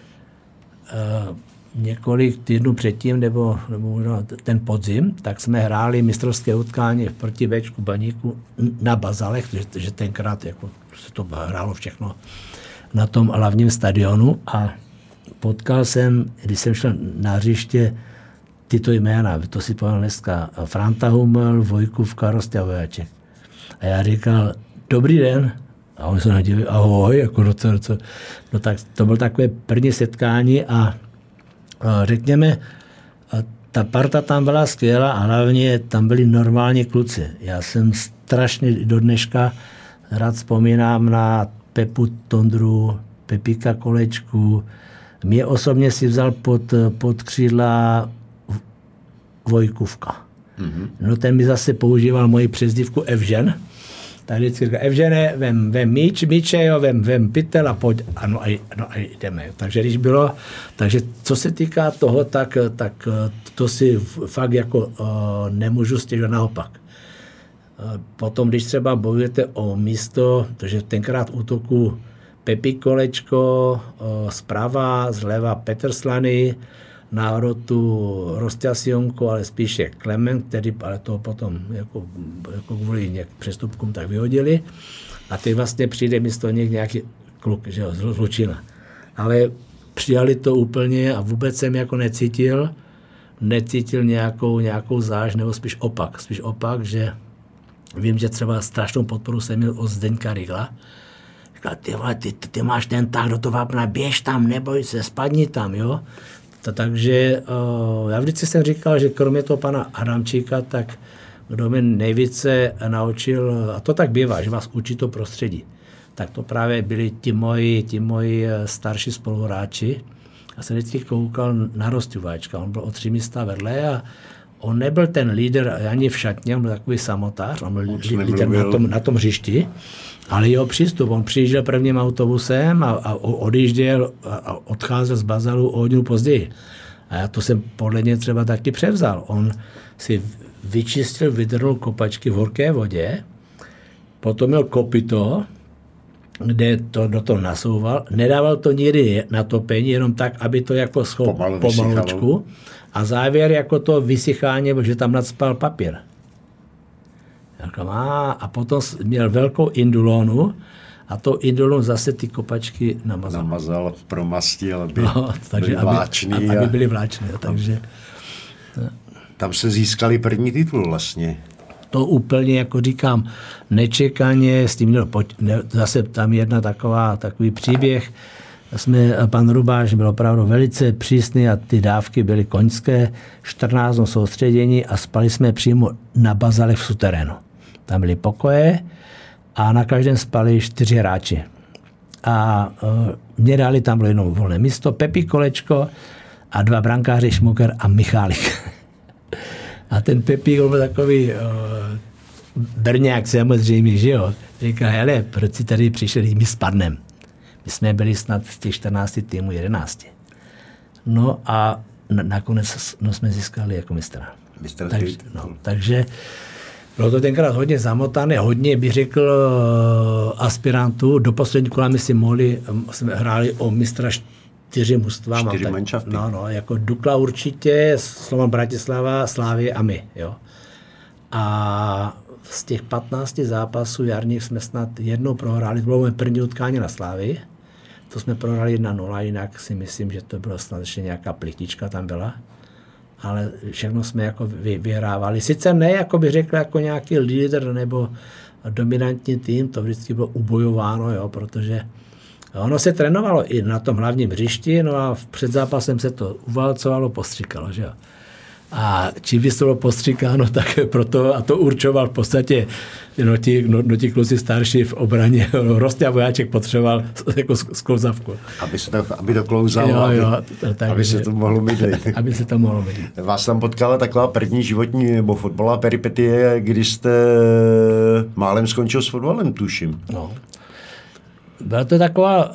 několik týdnů předtím, nebo ten podzim, tak jsme hráli mistrovské utkání proti Bčku Baníku na Bazalech, že tenkrát jako se to hrálo všechno na tom hlavním stadionu, a potkal jsem, když jsem šel na hřiště, tyto jména, to si povedal dneska, Franta Huml, Vojkůvka, Rostě a Vojáček. A já říkal, dobrý den. A oni se nadívali, ahoj, jako no tak to bylo takové první setkání a řekněme, ta parta tam byla skvělá a hlavně tam byli normální kluci. Já jsem strašně do dneška rád vzpomínám na Pepu Tondru, Pepíka Kolečku. Mě osobně si vzal pod křídla Vojkůvka. Mm-hmm. No ten mi zase používal moji přezdívku Evžen. Tak vždycky říkal, Evžene, vem míče, jo, vem pytel a pojď. A jdeme. Takže když bylo, takže co se týká toho, tak to si fakt jako nemůžu stěžovat, naopak. Potom, když třeba bojujete o místo, protože tenkrát útoku Pepík Kolečko, zprava, zleva Petr Slaný, na hrotu Rosťasionko, ale spíše Klement, který ale toho potom jako kvůli nějak přestupkům tak vyhodili. A teď vlastně přijde místo nějaký kluk, že jo, z Lučina. Ale přijali to úplně a vůbec jsem jako necítil nějakou záž, nebo spíš opak, že vím, že třeba strašnou podporu jsem měl od Zdeňka Rigla. Říkal, ty máš ten tah do toho vápna, běž tam, neboj se, spadni tam, jo. Takže já vždycky jsem říkal, že kromě toho pana Adamčíka, tak kdo mě nejvíce naučil, a to tak bývá, že vás učí to prostředí, tak to právě byli ti moji starší spoluhráči. Já jsem vždycky koukal na Rosťováčka, on byl o 3 místa vedle a on nebyl ten lídr ani v šatně, on byl takový samotář, on byl lídr na tom hřišti, ale jeho přístup, on přijížděl prvním autobusem a odjížděl a odcházel z Bazalu o hodinu později. A já to jsem podle něj třeba taky převzal. On si vyčistil, vydrnul kopačky v horké vodě, potom měl kopyto, kde to do toho nasouval, nedával to nikdy na topení, jenom tak, aby to jako pomalučku. A závěr jako to vysychání, že tam nadspal papír. A potom měl velkou indulonu a to indulonu zase ty kopačky namazal. Namazal, promastil, aby byli vláční. Aby byli vláční, takže... Tam se získali první titul vlastně. To úplně, jako říkám, nečekaně, s tím zase tam jedna takový příběh. Pan Rubáš byl opravdu velice přísný a ty dávky byly koňské, 14 soustředění a spali jsme přímo na Bazalech v suterénu. Tam byly pokoje a na každém spali 4 hráči. A mě dali, tam bylo jedno volné místo, Pepi Kolečko a 2 brankáři, Šmuker a Michálek. A ten Pepík, on byl takový brňák samozřejmě, že jo. Říká, hele, proč si tady přišli, my spadnem. My jsme byli snad z těch 14 týmů 11. No a nakonec jsme získali jako mistra. Takže bylo to tenkrát hodně zamotané, hodně bych řekl aspirantů. Do poslední kola my si jsme hráli o mistra 4 mužstva. 4 manšafty. No, jako Dukla určitě, Slovan Bratislava, Slávie a my, jo. A z těch 15 zápasů jarních jsme snad jednou prohráli, to bylo moje první utkání na Slávii. To jsme prohráli 1-0, jinak si myslím, že to bylo snad ještě nějaká plichtička tam byla. Ale všechno jsme jako vyhrávali. Sice ne, jako bych řekl, jako nějaký lídr nebo dominantní tým, to vždycky bylo ubojováno, jo, protože ono se trénovalo i na tom hlavním hřišti, no a před zápasem se to uvalcovalo, postříkalo, že jo. A čím víc to bylo postříkáno, tak proto, a to určoval v podstatě ti kluci starší v obraně, Rostě Vojáček potřeboval jako sklouzavku. Aby to klouzalo, aby se to mohlo mydlit. Aby se to mohlo mydlit. Vás tam potkala taková první životní nebo fotbalová peripetie, kdy jste málem skončil s fotbalem, tuším. No. Byla to taková,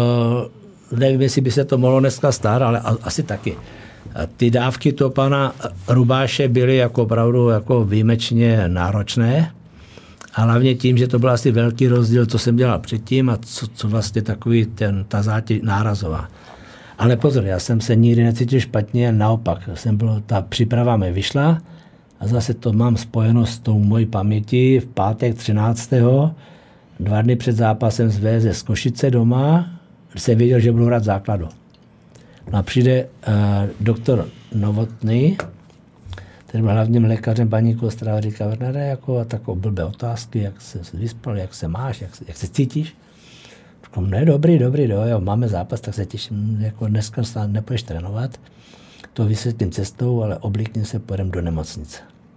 nevím, jestli by se to mohlo dneska stát, ale asi taky. Ty dávky toho pana Rubáše byly jako opravdu jako výjimečně náročné. A hlavně tím, že to byl asi velký rozdíl, co jsem dělal předtím a co vlastně takový ta zátěž nárazová. Ale pozor, já jsem se nikdy necítil špatně, naopak. Ta příprava mi vyšla a zase to mám spojeno s tou mojí pamětí. V pátek 13. 2 dny před zápasem z VZ z Košice doma jsem věděl, že budu hrát základu. No a přijde doktor Novotný, který byl hlavním lékařem Baníku Ostrava, říká, Wernere, jako takové blbé otázky, jak se vyspal, jak se máš, jak se cítíš. Říkám, ne, dobrý, jo, máme zápas, tak se těším, jako dneska nepůjdeš trénovat, to vysvětlím cestou, ale oblíkni se, pojedem do nemocnice.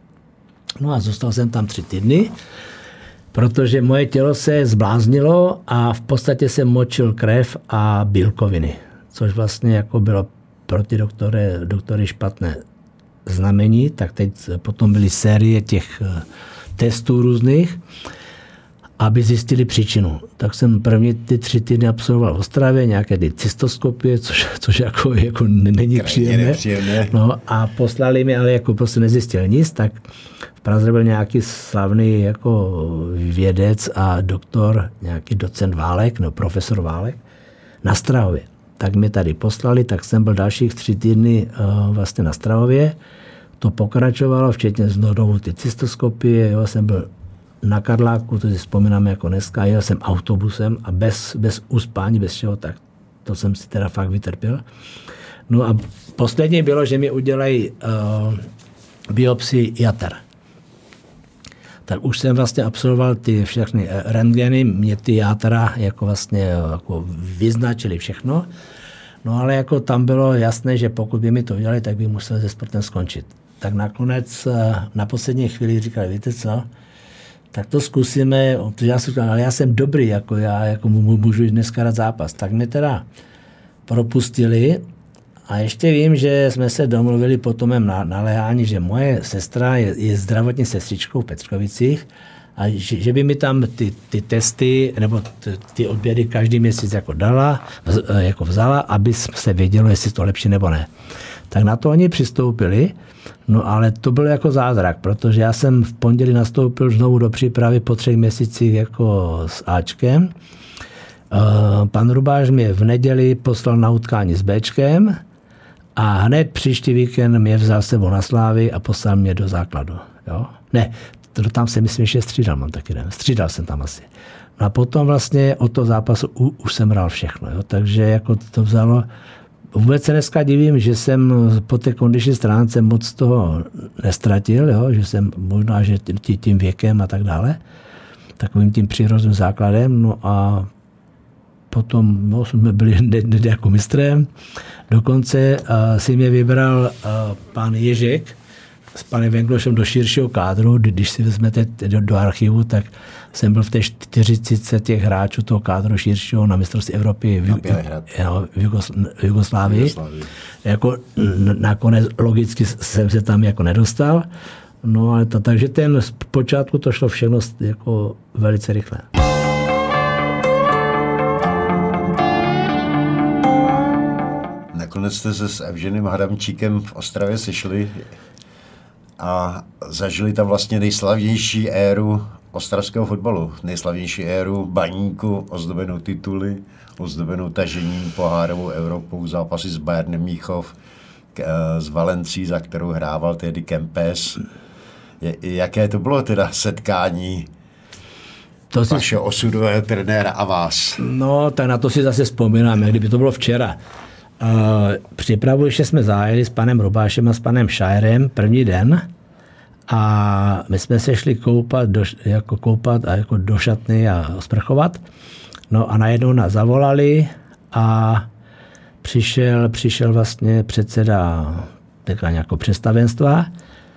No a zůstal jsem tam 3 týdny, protože moje tělo se zbláznilo a v podstatě jsem močil krev a bílkoviny, což vlastně jako bylo pro ty doktory špatné znamení, tak teď potom byly série těch testů různých, aby zjistili příčinu. Tak jsem první ty 3 týdny absolvoval v Ostravě, nějaké ty cystoskopie, což jako není příjemné. No a poslali mi, ale jako prostě nezjistil nic, tak v Praze byl nějaký slavný jako vědec a doktor, nějaký docent Válek, no profesor Válek, na Strahově. Tak mě tady poslali, tak jsem byl dalších 3 týdny vlastně na Strahově. To pokračovalo, včetně znovu ty cystoskopie, jo, jsem byl na Karláku, to si vzpomínám jako dneska, jel jsem autobusem a bez uspání, bez čeho, tak to jsem si teda fakt vytrpěl. No a poslední bylo, že mi udělají biopsii jater. Tak už jsem vlastně absolvoval ty všechny rentgeny, mě ty játra jako vlastně jako vyznačili všechno. No ale jako tam bylo jasné, že pokud by mi to udělali, tak by musel se sportem skončit. Tak nakonec na poslední chvíli říkali, víte co, tak to zkusíme, já jsem říkal, ale já jsem dobrý, jako já jako můžu jít dneska hrát zápas. Tak mě teda propustili a ještě vím, že jsme se domluvili po tom mém naléhání, že moje sestra je zdravotní sestřičkou v Petřkovicích a že by mi tam ty testy nebo ty odběry každý měsíc jako dala, jako vzala, aby se vědělo, jestli to lepší nebo ne. Tak na to oni přistoupili, no ale to bylo jako zázrak, protože já jsem v pondělí nastoupil znovu do přípravy po 3 měsících jako s Ačkem. Pan Rubáš mě v neděli poslal na utkání s Bčkem a hned příští víkend mě vzal sebou na Slávy a poslal mě do základu. Jo? Ne, tam se myslím, že střídal, mám taky nevím. Střídal jsem tam asi. No a potom vlastně od toho zápasu už jsem hrál všechno. Jo? Takže jako to vzalo. Vůbec se dneska divím, že jsem po té kondiční stránce moc toho nestratil, jo? Že jsem možná, že tím věkem a tak dále, takovým tím přírodním základem. No a potom jsme byli jako mistrem. Dokonce si mě vybral pán Ježek s panem Venglošem do širšího kádru. Když si vezmete do archivu, tak jsem byl v té 40 těch hráčů toho kádru širšího na mistrovství Evropy v Jugoslávii. Jako nakonec logicky jsem se tam jako nedostal. No ale takže z počátku to šlo všechno jako velice rychle. Nakonec jste se s Evženem Hadamčíkem v Ostravě sešli a zažili tam vlastně nejslavnější éru ostravského fotbalu. Nejslavnější éru baníku, ozdobenou tituly, ozdobenou tažením, pohárovou Evropou, zápasy s Bayernem Mnichov, s Valencí, za kterou hrával tehdy Kempes. Jaké to bylo teda setkání vašeho osudového trenéra a vás? No, tak na to si zase vzpomínám, jak kdyby to bylo včera. Přípravu ještě jsme zájeli s panem Rubášem a s panem Šajerem první den a my jsme se šli koupat a jako do šatny a sprchovat. No a najednou nás zavolali a přišel vlastně předseda nějakého představenstva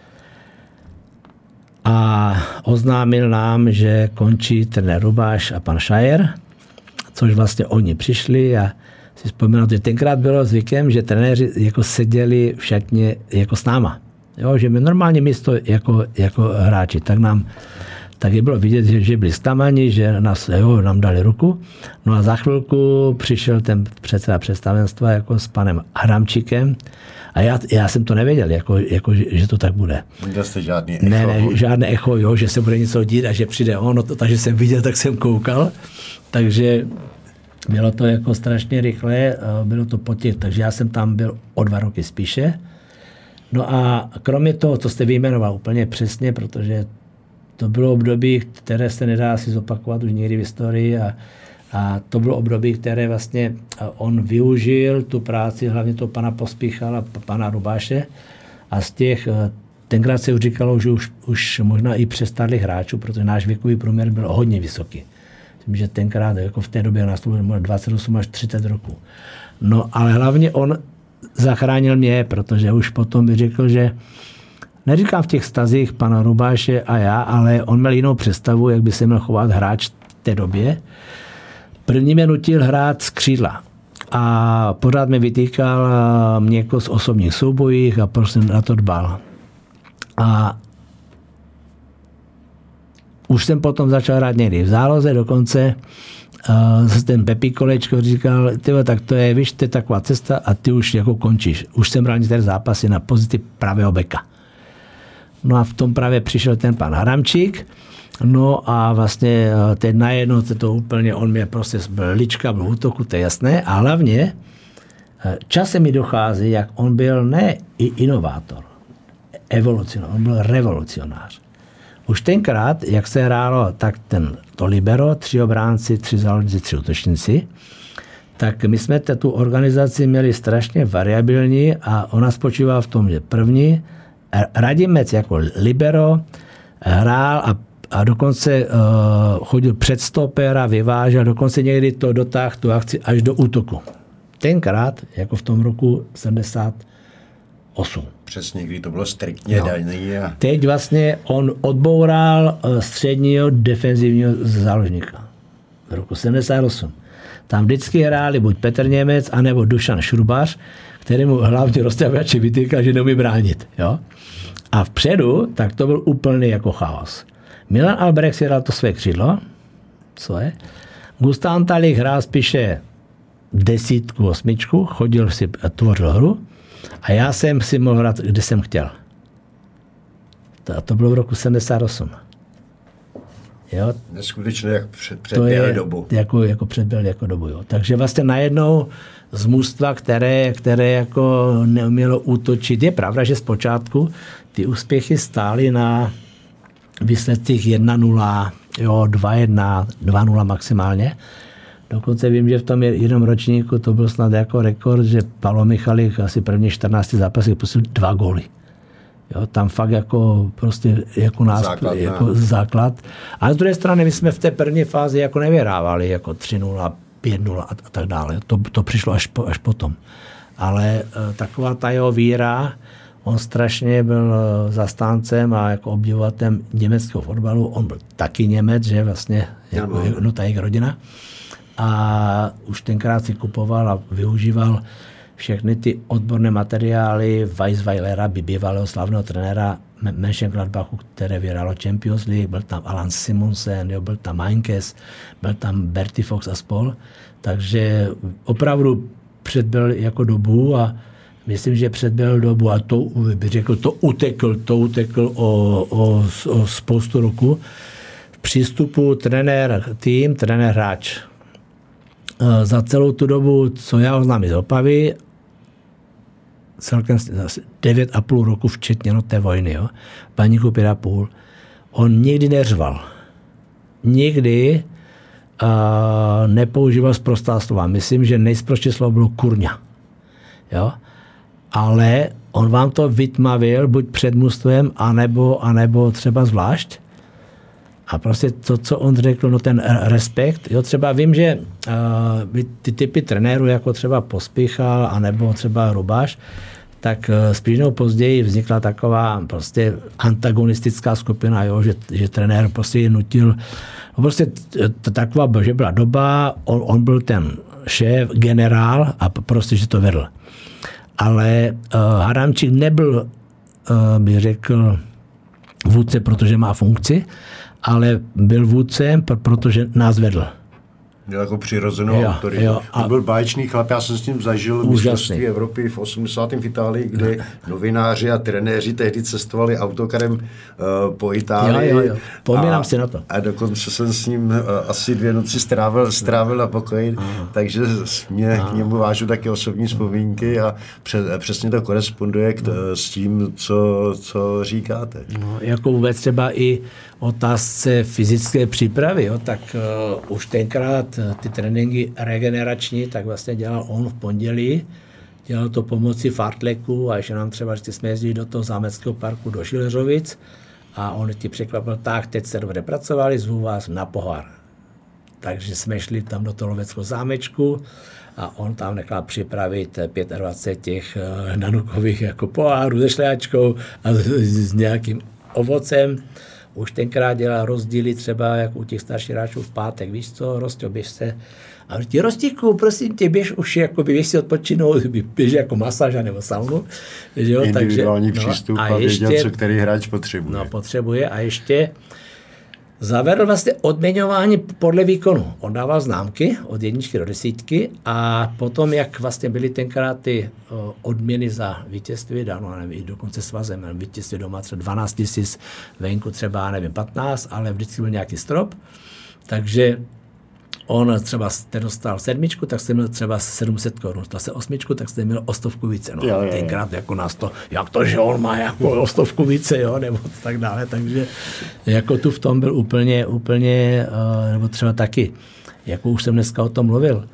a oznámil nám, že končí trenér Rubáš a pan Šajer, což vlastně oni přišli a si vzpomínám, že tenkrát bylo zvykem, že trenéři jako seděli v šatně jako s náma. Jo, že my normálně místo jako hráči. Tak je bylo vidět, že byli zklamaní, že nám dali ruku. No a za chvilku přišel ten předseda představenstva jako s panem Hadamčíkem a já jsem to nevěděl, že to tak bude. Neměl jste žádný echo? Ne, žádné echo, jo, že se bude něco dít a že přijde on. Takže jsem viděl, tak jsem koukal. Takže bylo to jako strašně rychle, bylo to takže já jsem tam byl o 2 roky spíše. No a kromě toho, co jste vyjmenoval úplně přesně, protože to bylo období, které se nedá asi zopakovat už někdy v historii a to bylo období, které vlastně on využil tu práci, hlavně toho pana Pospíchala, pana Rubáše a z těch, tenkrát se už říkalo, že už možná i přestárlých hráčů, protože náš věkový průměr byl hodně vysoký. Že tenkrát jako v té době nastoupil 28 až 30 roků. No ale hlavně on zachránil mě, protože už potom by řekl, že neříkám v těch vztazích pana Rubáše a já, ale on měl jinou představu, jak by se měl chovat hráč v té době. První mě nutil hrát z křídla a pořád mi vytýkal mě jako z osobních soubojích a prostě na to dbal. A už jsem potom začal hrát někdy v záloze, dokonce ten Pepí Kolečko říkal, tak to je, víš, to je taková cesta a ty už jako končíš. Už jsem hrál některé zápasy na pozici pravého beka. No a v tom právě přišel ten pan Hadamčík, no a vlastně teď najednou to úplně, on mě prostě byl lička, byl v útoku, to je jasné, a hlavně časem mi dochází, jak on byl ne inovátor, evolucionář, on byl revolucionář. Už tenkrát, jak se hrálo, tak to libero, 3 obránci, 3 záložníci, 3 útočníci, tak my jsme tu organizaci měli strašně variabilní a ona spočívala v tom, že první Radimec jako libero hrál a dokonce chodil před stopera, vyvážel, dokonce někdy to dotáhl tu akci až do útoku. tenkrát, jako v tom roku 78. Přesně, kdy to bylo striktně daný. A... Teď vlastně on odboural středního defenzivního záložníka v roku 78. Tam vždycky hráli buď Petr Němec, anebo Dušan Šrubař, kterému hlavně rozťahovači vytýkal, že neumí bránit. Jo? A vpředu, tak to byl úplný jako chaos. Milan Albrecht si hrál to své křídlo, Gustav Antalik hrál spíše 10, 8, chodil si a tvořil hru a já jsem si mohl hrát, kde jsem chtěl. To bylo v roku 78. Jo? Neskutečně jak předběhl dobu. Jako předběhl jako dobu. Jo. Takže vlastně najednou z mužstva, které jako neumělo útočit. Je pravda, že zpočátku ty úspěchy stály na výsledcích 1-0, 2-1, 2-0 maximálně. Dokonce vím, že v tom jednom ročníku to byl snad jako rekord, že Paolo Michalik asi první 14 zápasy pustil 2 góly. Jo, tam fakt jako prostě jako základ. A z druhé strany my jsme v té první fázi jako nevyhrávali jako 3-0, 5-0 a tak dále. To přišlo až potom. Ale taková ta jeho víra, on strašně byl zastáncem a jako obdivovatem německého fotbalu. On byl taky Němec, že vlastně jako ta jejich rodina. A už tenkrát si kupoval a využíval všechny ty odborné materiály Weisweilera, bývalého slavného trenéra Mönchengladbachu, které vyhrálo Champions League, byl tam Alan Simonsen, byl tam Heinkes, byl tam Bertie Fox a spol. Takže opravdu předbyl jako dobu a myslím, že předbyl dobu a to bych řekl, to utekl o spoustu roku. V přístupu trenér hráč. Za celou tu dobu, co já ho znám z Opavy, celkem 9,5 roku včetně té vojny, jo, Baníku 5,5, on nikdy neřval. Nikdy nepoužíval sprostá slova. Myslím, že nejsprostší slovo bylo kurňa. Jo? Ale on vám to vytmavil buď před mužstvem, anebo třeba zvlášť. A prostě to, co on řekl, no ten respekt, jo, třeba vím, že ty typy trenérů, jako třeba Pospíchal, anebo třeba Rubáš, tak spíš nebo později vznikla taková prostě antagonistická skupina, jo, že trenér prostě je nutil, prostě taková, že byla doba, on byl ten šéf, generál a prostě, že to vedl. Ale Haramčík nebyl, bych řekl, vůdce, protože má funkci, ale byl vůdcem, protože nás vedl. Měl jako přirozenou autoritu. To byl báječný chlap, já jsem s ním zažil mistrovství Evropy v 80. v Itálii, kdy novináři a trenéři tehdy cestovali autokarem po Itálii. Jo. Pomínám si na to. A dokonce jsem s ním asi 2 noci strávil na pokoji, takže mě k němu vážu také osobní vzpomínky a přesně to koresponduje s tím, co říkáte. No, jako vůbec třeba i otázce fyzické přípravy, jo, tak už tenkrát ty tréninky regenerační, tak vlastně dělal on v pondělí, dělal to pomocí fartleku a ještě nám třeba, že jsme jezdili do toho zámeckého parku do Šileřovic a on ti překvapil, tak teď se dobře pracovali, zvu vás na pohár. Takže jsme šli tam do toho loveckého zámečku a on tam nechal připravit 25 těch nanukových jako pohárů se šlehačkou a s nějakým ovocem. Už tenkrát dělal rozdíly třeba jako u těch starších hráčů v pátek, víš co, Rostě, běž se. A ti Rostíku, prosím tě, běž už, jakoby, běž si odpočinout, běž jako masáž nebo saunu. Jo, individuální přístup a věděl, co který hráč potřebuje. No, potřebuje a ještě zavedl vlastně odměňování podle výkonu. On dával známky od 1 do 10 a potom, jak vlastně byly tenkrát ty odměny za vítězství, dáno, nevím, dokonce svazem, vítězství doma třeba 12 000, venku třeba, nevím, 15, ale vždycky byl nějaký strop. Takže on třeba jste dostal 7, tak jste měl třeba 700 korun. Dostal se 8, tak jste měl o 100 více. No, tenkrát jako nás to, jak to, že on má jako o 100 více, jo, nebo tak dále. Takže jako tu v tom byl úplně, nebo třeba taky, jako už jsem dneska o tom mluvil,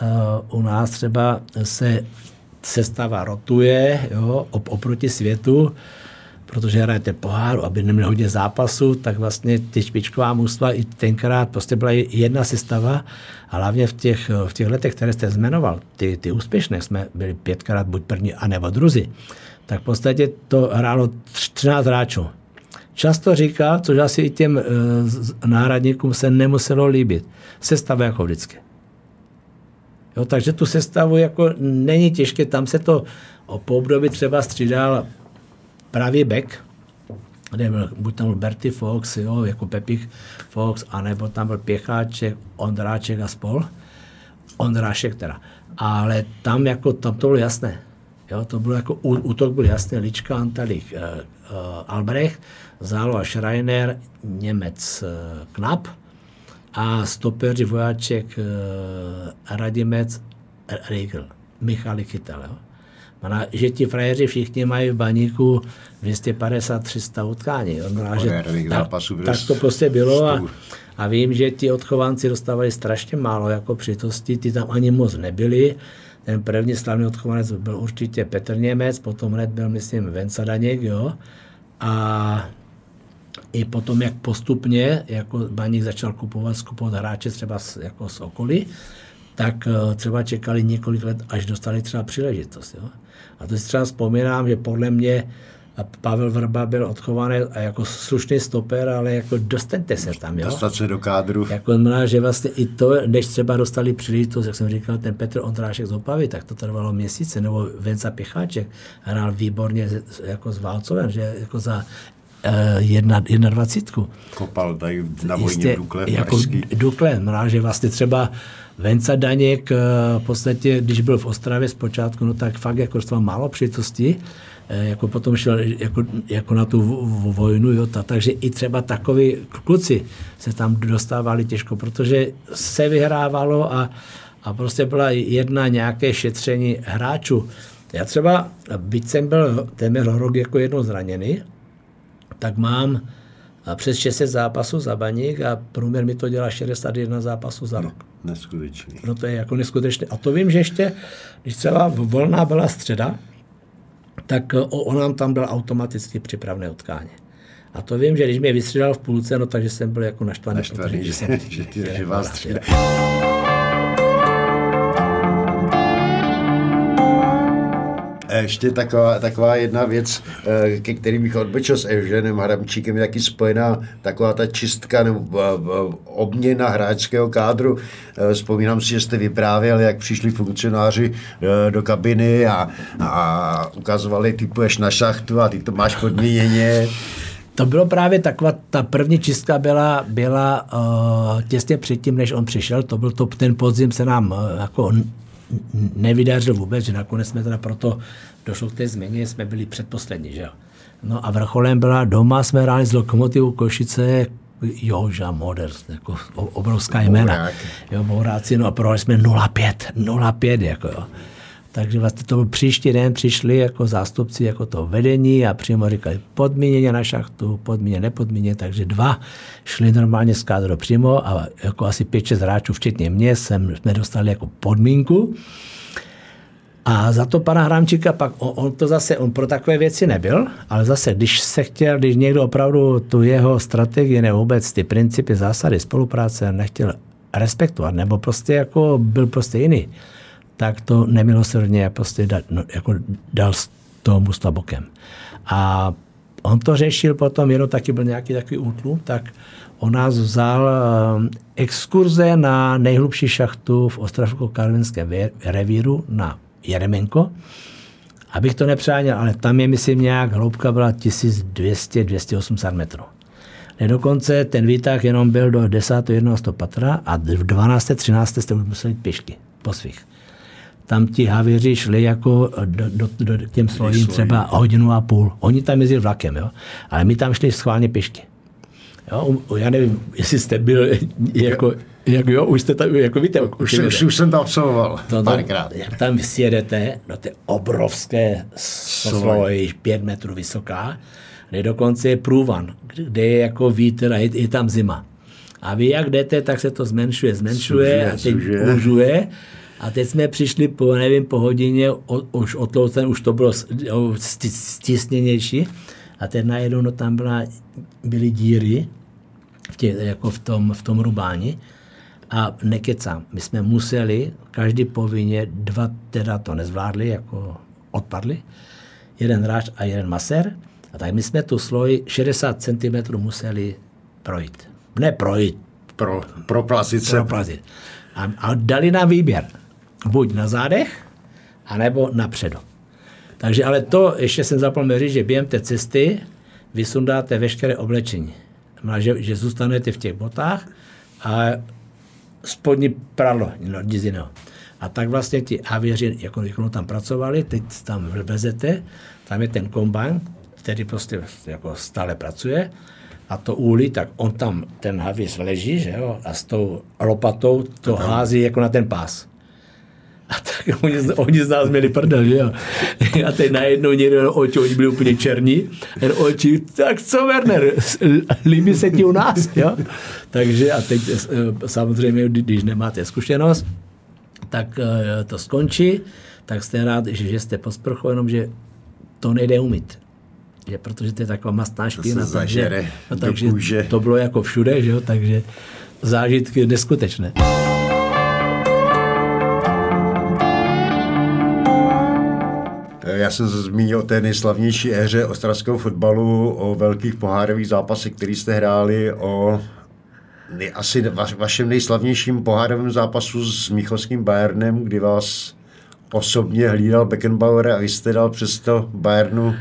u nás třeba se sestava rotuje, jo, oproti světu. protože hrajete poháru, aby neměli hodně zápasů, tak vlastně ty špičková mužstva i tenkrát prostě byla jedna sestava a hlavně v těch letech, které jste jmenoval, ty úspěšné, jsme byli 5krát buď první, anebo druzí, tak v podstatě to hrálo 13 hráčů. Často říkal, což asi i těm náhradníkům se nemuselo líbit, sestava jako vždycky. Jo, takže tu sestavu jako není těžké, tam se to po období třeba střídal pravý back, kde byl, buď tam byl Bertie Fox, jo, jako Pepich Fox, anebo tam byl Pěcháček, Ondráček a spol. Ondrášek teda. Ale tam to bylo jasné. Jo, to bylo jako útok byl jasný, Lička, Antalík, Albrecht, záloha Schreiner, Němec Knap a stopeři Vojáček, Radimec, Riegel, Michalik Chytal. Že ti frajeři všichni mají v Baníku 250-300 utkání. Tak to prostě bylo a vím, že ti odchovanci dostávali strašně málo jako přitosti, ty tam ani moc nebyli. Ten první slavný odchovanec byl určitě Petr Němec, potom hned byl, myslím, Venca Daněk, jo. A i potom, jak postupně, jako Baník začal kupovat hráče třeba jako z okolí, tak třeba čekali několik let, až dostali třeba příležitost. Jo. A to si třeba vzpomínám, že podle mě Pavel Vrba byl odchovaný a jako slušný stoper, ale jako dostaňte se tam. Jo. Dostat se do kádru. Jako znamená, že vlastně i to, než třeba dostali příležitost, jak jsem říkal, ten Petr Ondrášek z Opavy, tak to trvalo měsíce, nebo Venca Pěcháček hrál výborně jako s Válcovem, že jako za 21. Kopal tady na vojně v Dukle. Jako Dukle, znamená, že vlastně třeba Venca Daněk v podstatě, když byl v Ostravě zpočátku, no tak fakt jako dostal málo příležitostí, jako potom šel jako na tu vojnu, jo, takže i třeba takoví kluci se tam dostávali těžko, protože se vyhrávalo a prostě byla jedna nějaké šetření hráčů. Já třeba, byť jsem byl téměř rok jako jednou zraněný, tak mám přes 600 zápasů za Baník a průměr mi to dělá 61 zápasů za rok. Neskutečný. No to je jako neskutečné. A to vím, že ještě, když třeba volná byla středa, tak on nám tam byl automaticky připravné utkání. A to vím, že když mě vystřídal v půlce, no takže jsem byl jako naštvaný, že vás střídal. Ještě taková jedna věc, ke kterým bych odbočil s Evženem Hramčíkem, je taky spojená taková ta čistka nebo obměna hráčského kádru. Vzpomínám si, že jste vyprávěli, jak přišli funkcionáři do kabiny a ukazovali, ty půjdeš na šachtu a ty to máš podmíněně. To bylo právě taková, ta první čistka byla těsně předtím, než on přišel, ten podzim se nám jako nevydařil vůbec, že nakonec jsme teda proto došlo k té změně, jsme byli předposlední, že jo. No a vrcholem byla doma, jsme hráli z Lokomotivu Košice, Joža Moders, jako obrovská jména. Jo, Bouráci, no a prohráli jsme 0-5, jako jo. Takže vlastně to byl příští den, přišli jako zástupci jako to vedení a přímo říkali podmíněně na šachtu, podmíněně, nepodmíněně, takže 2 šli normálně z kádru přímo a jako asi 5-6 hráčů, včetně mě, jsme dostali jako podmínku. A za to pana Hramčíka pak, on pro takové věci nebyl, ale zase, když někdo opravdu tu jeho strategii nebo vůbec ty principy, zásady spolupráce nechtěl respektovat, nebo prostě jako byl prostě jiný, tak to nemilosrdně prostě dal z toho mužstva bokem. A on to řešil potom, jenom taky byl nějaký takový útlum, tak on nás vzal exkurze na nejhlubší šachtu v Ostravsko-Karvinském revíru na Jeremenko. Abych to nepřáněl, ale tam je, myslím, nějak hloubka byla 1200-280 metrů. Dokonce ten výtah jenom byl do 10. 11. patra a v 12. 13. jste už museli jít pěšky po svých. Tam ti havěři šli jako do těm slojím třeba 1,5 hodiny. Oni tam jezdili vlakem, jo? Ale my tam šli schválně pěšky. Jo? Já nevím, jestli jste byl jo, už jste tam, jako víte. Už jsem to absolvoval párkrát. Jak tam sjedete do té obrovské sloj 5 metrů vysoká, kde dokonce je průvan, kde je jako vítr a je tam zima. A vy jak jdete, tak se to zmenšuje a teď užuje. A teď jsme přišli po hodině, už otloucen, už to bylo stísněnější. a teď najednou no, tam byly díry jako v tom rubáni a nekecám. My jsme museli, každý povinně, 2 teda to nezvládli, jako odpadli, jeden hráč a jeden masér, a tak my jsme tu sloj 60 cm museli projít. Ne projít. Proplazit se. A dali nám výběr. Buď na zádech, anebo napředu. Takže ale to ještě jsem zapomněl říct, že během té cesty vy sundáte veškeré oblečení. Že zůstanete v těch botách a spodní pradlo, nic jiného. A tak vlastně ti avěři jako tam pracovali, teď tam vezete, tam je ten kombajn, který prostě jako stále pracuje, a to úlí, tak on tam, ten havíř leží, že jo, a s tou lopatou to hází jako na ten pás. A tak oni z nás měli prdel, že jo. A teď najednou někdo oči, oni byli úplně černí, ten oči, tak co Werner, líbí se ti u nás, jo. Takže a teď samozřejmě, když nemáte zkušenost, tak to skončí, tak jste rád, že jste pod sprchou, jenomže to nejde umít. Je, protože to je taková mastná špína, takže to bylo jako všude, že jo, takže zážitky neskutečné. Já jsem se zmínil o té nejslavnější éře ostravského fotbalu, o velkých pohárových zápasech, který jste hráli, o asi vašem nejslavnějším pohárovém zápasu s Mnichovským Bayernem, kdy vás osobně hlídal Beckenbauer a vy jste dal přesto Bayernu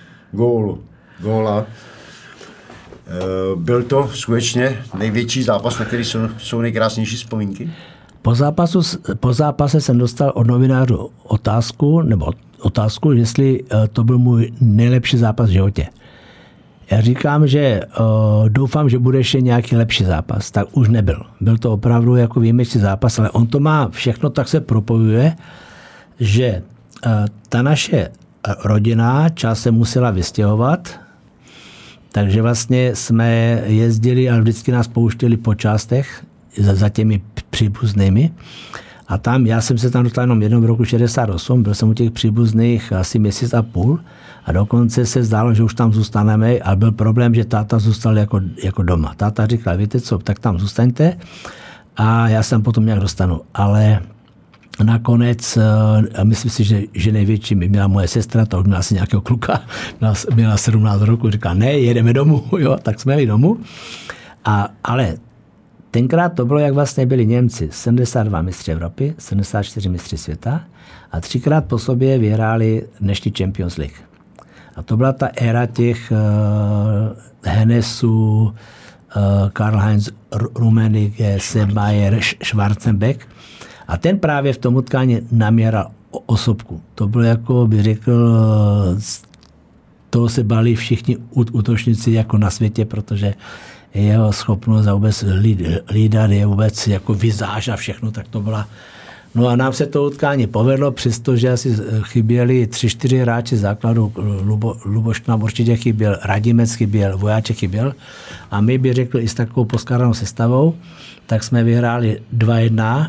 góla. Byl to skutečně největší zápas, na který jsou nejkrásnější vzpomínky? Po zápase jsem dostal od novinářů otázku, jestli to byl můj nejlepší zápas v životě. Já říkám, že doufám, že bude ještě nějaký lepší zápas. Tak už nebyl. Byl to opravdu jako výjimečný zápas, ale on to má všechno, tak se propojuje, že ta naše rodina časem musela vystěhovat, takže vlastně jsme jezdili, ale vždycky nás pouštěli po částech za těmi příbuznými. A tam, já jsem se tam dostal jenom jednou v roku 68, byl jsem u těch příbuzných asi měsíc a půl a dokonce se zdálo, že už tam zůstaneme, ale byl problém, že táta zůstal jako doma. Táta říkal, víte co, tak tam zůstaňte a já se tam potom nějak dostanu. Ale nakonec, myslím si, že největší měla moje sestra, to už měla asi nějakého kluka, měla 17 roku, říkala, ne, jedeme domů, jo, tak jsme jeli domů. Ale tenkrát to bylo, jak vlastně byli Němci, 72 mistři Evropy, 74 mistři světa a 3krát po sobě vyhráli dnešní Champions League. A to byla ta éra těch Hennesů, Karl-Heinz Rummenigge, Sebayer, Schwarzenbeck. A ten právě v tom utkání naměral osobku. To bylo, jako by řekl, toho se bali všichni útočníci jako na světě, protože jeho schopnost a vůbec hlídat je vůbec jako vizáž a všechno, tak to byla. No a nám se to utkání povedlo, přestože asi chyběli 3-4 hráči základu, Luboš nám určitě chyběl, Radimec chyběl, Vojáček chyběl a my by řekli i s takovou poskáranou sestavou, tak jsme vyhráli 2-1.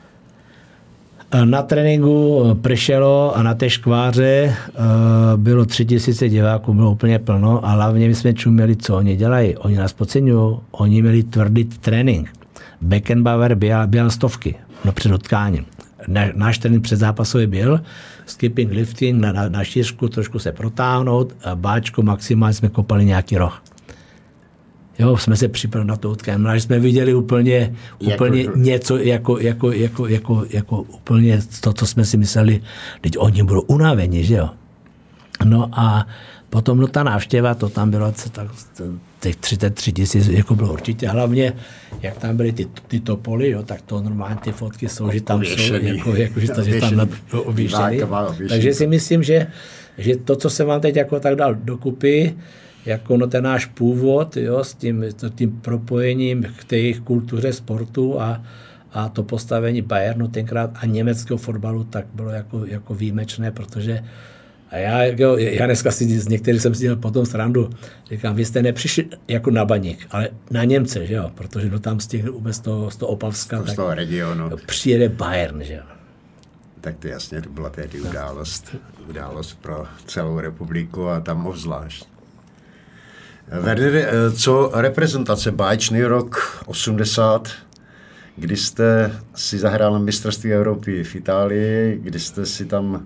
Na tréninku pršelo a na té škváře bylo 3000 diváků, bylo úplně plno a hlavně my jsme čuměli, co oni dělají. Oni nás podceňují, oni měli tvrdý trénink. Beckenbauer běhal 100 před utkáním. Náš trénink předzápasový byl skipping, lifting, na šířku trošku se protáhnout a báčku maximálně jsme kopali nějaký roh. Jo, jsme se připravili na to utkání. Že jsme viděli úplně něco jako úplně to, co jsme si mysleli, teď oni budou unaveni, že jo. No a potom ta návštěva, to tam bylo těch 33 000, jako bylo určitě. Hlavně, jak tam byly ty topoly, jo, tak to normálně ty fotky jsou, že tam jsou, že tam obvěšený. Takže si myslím, že to, co se vám teď jako tak dal dokupy, jako ten náš původ, jo, s tím propojením k té jejich kultuře sportu a to postavení Bayernu tenkrát a německého fotbalu, tak bylo jako výjimečné, protože a já dneska s některých jsem si dělal potom srandu, říkám, vy jste nepřišli jako na Baník, ale na Němce, že jo, protože tam z toho Opavska z toho regionu přijede Bayern, že jo. Tak to jasně, to byla tedy událost pro celou republiku a tam obzvlášť. Werner, co reprezentace, báječný rok 80, kdy jste si zahrál na mistrovství Evropy v Itálii, kdy jste si tam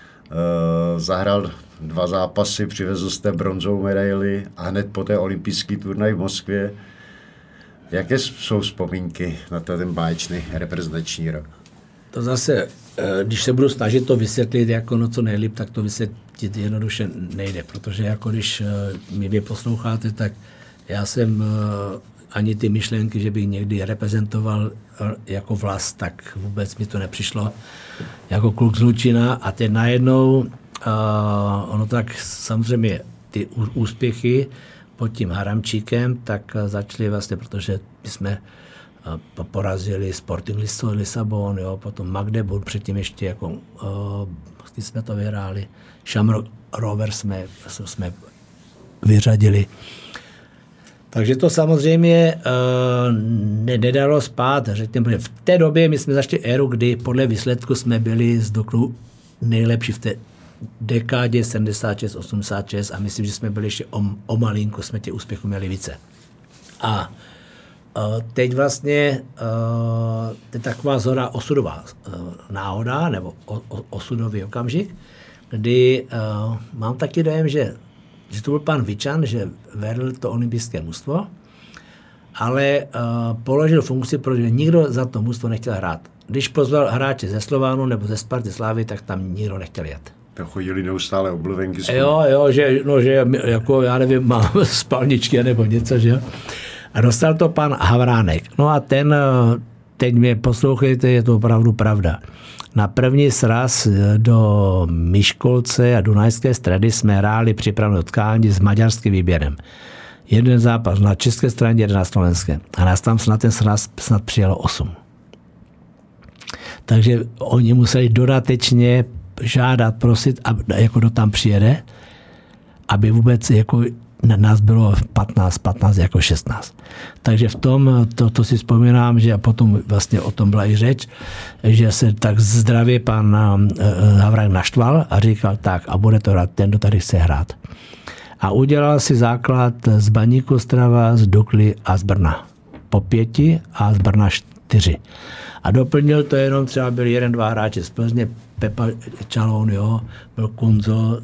zahrál 2 zápasy, přivezl jste bronzovou medaili a hned poté olympijský turnaj v Moskvě. Jaké jsou vzpomínky na ten báječný reprezentační rok? To zase, když se budu snažit to vysvětlit jako no co nejlíp, tak to vysvětlit jednoduše nejde, protože jako když mě posloucháte, tak já jsem ani ty myšlenky, že bych někdy reprezentoval jako vlast, tak vůbec mi to nepřišlo jako kluk z Lučina a teď najednou ono tak samozřejmě ty úspěchy pod tím Haramčíkem tak začaly vlastně, protože my jsme porazili Sporting Lisabon, jo, potom Magdeburg, předtím ještě jako když jsme to vyhráli, Shamrock Rovers jsme vyřadili. Takže to samozřejmě nedalo spát, řekněme, v té době my jsme začali éru, kdy podle výsledku jsme byli z Doklu nejlepší v té dekádě 76-86 a myslím, že jsme byli ještě o malinku, jsme těch úspěchů měli více. A teď vlastně je taková zhora osudová náhoda nebo osudový okamžik, kdy mám taky dojem, že to byl pan Vičan, že vedl to olympijské mužstvo, ale položil funkci, protože nikdo za to mužstvo nechtěl hrát. Když pozval hráče ze Slovánu nebo ze Sparty Slávy, tak tam nikdo nechtěl jet. To chodili neustále obluvenky. Jo, že jako já nevím, mám spalničky nebo něco, že jo. A dostal to pan Havránek. No a ten, teď mě poslouchejte, je to opravdu pravda. Na první sraz do Myškolce a Dunajské Stredy jsme hráli přípravné utkání s maďarským výběrem. Jeden zápas na české straně, jeden na slovenské. A nás tam na ten sraz snad přijelo 8. Takže oni museli dodatečně žádat, prosit, jako kdo tam přijede, aby vůbec jako na nás bylo 15 jako 16. Takže v tom, to si vzpomínám, že a potom vlastně o tom byla i řeč, že se tak zdravě pan Havránek naštval a říkal tak, a bude to hrát ten, kdo tady chce hrát. A udělal si základ z Baníku Ostrava, z Dukly a z Brna. Po 5 a z Brna 4. A doplnil to jenom třeba byl 1-2 hráči z Plzně, Pepa Čaloun, jo, byl Kunzo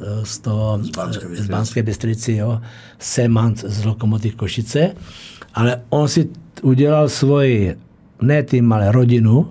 z Banské Bystrici, jo, Semans z Lokomotiv Košice, ale on si udělal svoji, ne tým, ale rodinu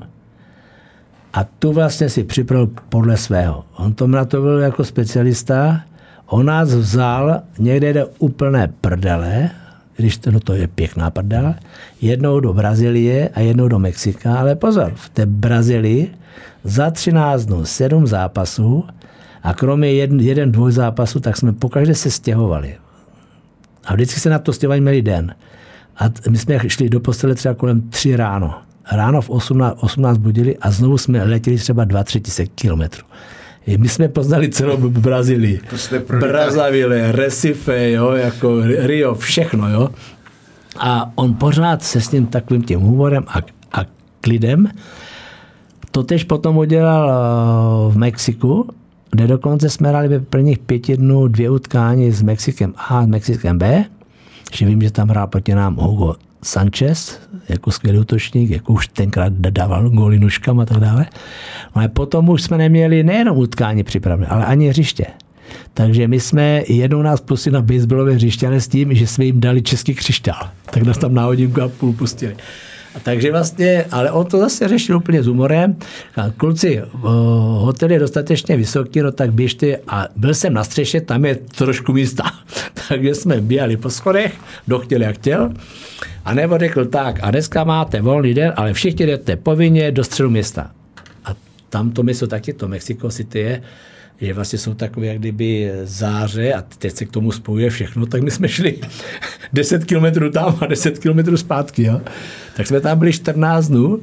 a tu vlastně si připravil podle svého. On to na to byl jako specialista, on nás vzal někde do úplné prdele, když to je pěkná prdele, jednou do Brazílie a jednou do Mexika, ale pozor, v té Brazílii za 13 dnů 7 zápasů a kromě jeden dvojzápasu, tak jsme pokaždé se stěhovali. A vždycky se na to stěhování měli den. A my jsme šli do postele třeba kolem 3 ráno. Ráno v 18 budili a znovu jsme letěli třeba 2-3 tisíc kilometrů. My jsme poznali celou Brazílii. Brazzaville, Recife, jo, jako Rio, všechno, jo. A on pořád se s ním takovým tím humorem a klidem. Totež potom udělal v Mexiku, kde dokonce jsme hráli ve prvních 5 dnů 2 utkání s Mexikem A a s Mexikem B. Že vím, že tam hrál proti nám Hugo Sanchez, jako skvělý útočník, jako už tenkrát dával góly nůžkama a tak dále. No a potom už jsme neměli nejenom utkání připravené, ale ani hřiště. Takže my jsme jednou nás pustili na baseballové hřiště, ale s tím, že jsme jim dali český křišťál. Tak nás tam na hodinku a půl pustili. A takže vlastně, ale on to zase řešil úplně s humorem. A kluci, hotel je dostatečně vysoký, no tak běžte. A byl jsem na střeše, tam je trošku místa. Takže jsme běhali po schodech, kdo chtěl jak chtěl. A nebo řekl tak, a dneska máte volný den, ale všichni jdete povinně do středu města. A tam to město taky, to Mexico City je, že vlastně jsou takové jak kdyby záře a teď se k tomu spojuje všechno, tak my jsme šli 10 kilometrů tam a 10 kilometrů zpátky. Jo? Tak jsme tam byli 14 dnů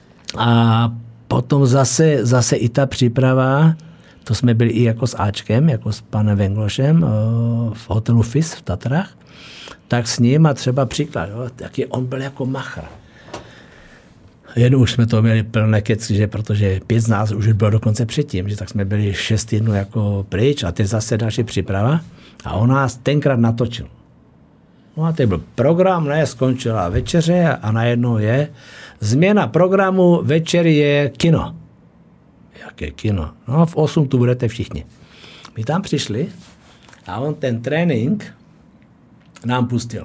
a potom zase i ta příprava, to jsme byli i jako s Ačkem, jako s panem Venglošem v hotelu FIS v Tatrách, tak s ním a třeba příklad, jo? Taky on byl jako machr. Jednou už jsme to měli plné kecky, že protože 5 z nás už bylo dokonce předtím, že tak jsme byli 6 dnů jako pryč a teď zase další příprava a on nás tenkrát natočil. No a teď byl program, ne, skončila večeře a najednou je změna programu, večer je kino. Jaké kino? No v 8 tu budete všichni. My tam přišli a on ten trénink nám pustil.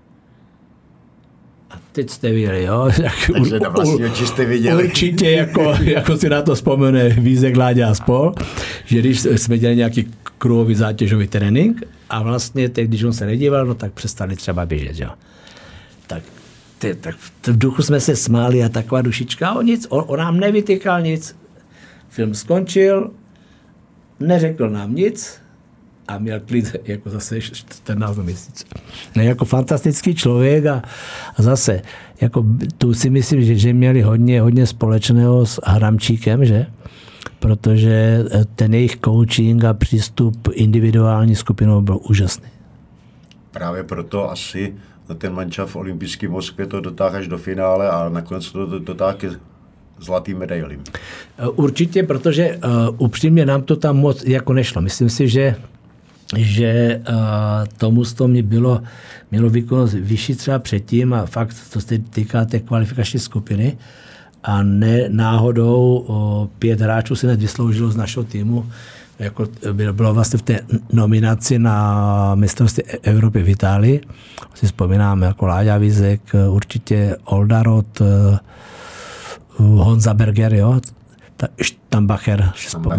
A teď jste viděli, jo? Takže na vlastní oči jste viděli. Určitě, jako si na to vzpomene Vízek, Láďa a spol, že když jsme dělali nějaký kruhový zátěžový trénink a vlastně teď, když on se nedíval, no tak přestali třeba běžet, jo. Tak v duchu jsme se smáli a taková dušička, on nám nevytýkal nic. Film skončil, neřekl nám nic a měl klid jako zase 14 měsíc. No, jako fantastický člověk a zase jako tu si myslím, že měli hodně společného s Hramčíkem, že? Protože ten jejich coaching a přístup individuální skupinou byl úžasný. Právě proto asi ten mančav v olympijské Moskvě to dotáhl až do finále a nakonec to dotáhl ke zlatým medailím. Určitě, protože upřímně nám to tam moc jako nešlo. Myslím si, že tomu mě mělo výkonnost vyšší třeba předtím a fakt, co se týká té kvalifikační skupiny a ne náhodou 5 hráčů se vysloužilo z našeho týmu. Jako bylo vlastně v té nominaci na mistrovství Evropy v Itálii. Si vzpomínám jako Láďa Vízek, určitě Oldarot, Honza Berger, jo? Stambacher.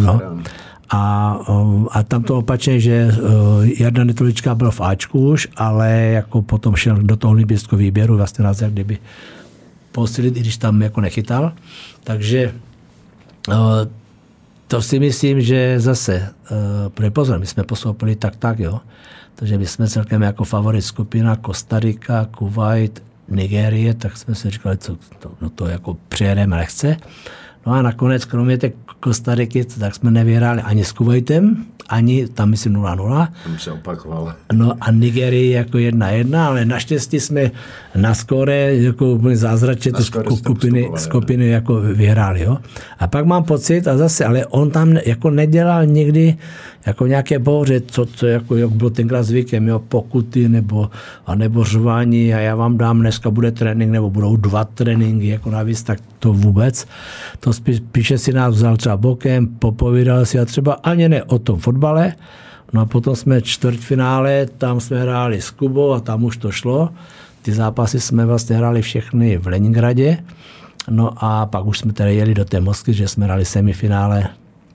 A tam to opačně, že Jarda Netolička byl v Ačku už, ale jako potom šel do toho olympijského výběru, vlastně nás jak kdyby posilit, i když tam jako nechytal. Takže to si myslím, že zase, pozor, my jsme postoupili tak, jo. Takže my jsme celkem jako favorit skupina Kostarika, Kuwait, Nigérie, tak jsme si říkali, to jako přijedeme lehce. No a nakonec, kromě té Kostariky, tak jsme nevyhráli ani s Kuwaitem, ani tam myslím 0-0. Tam se opakoval. No a Nigerii jako 1-1, ale naštěstí jsme na skóre jako úplně zázračně to skupiny jako vyhráli. Jo? A pak mám pocit, a zase, ale on tam jako nedělal nikdy jako nějaké bouře, co jako bylo tenkrát zvykem, jo? Pokuty nebo řvání a já vám dám, dneska bude trénink, nebo budou 2 tréninky jako navíc, tak to vůbec. To spíše si nás vzal třeba bokem, popovídal si a třeba ani ne o tom fotbale. No a potom jsme čtvrtfinále, tam jsme hráli s Kubou a tam už to šlo. Ty zápasy jsme vlastně hráli všechny v Leningradě. No a pak už jsme tady jeli do té Moskvy, že jsme hráli semifinále.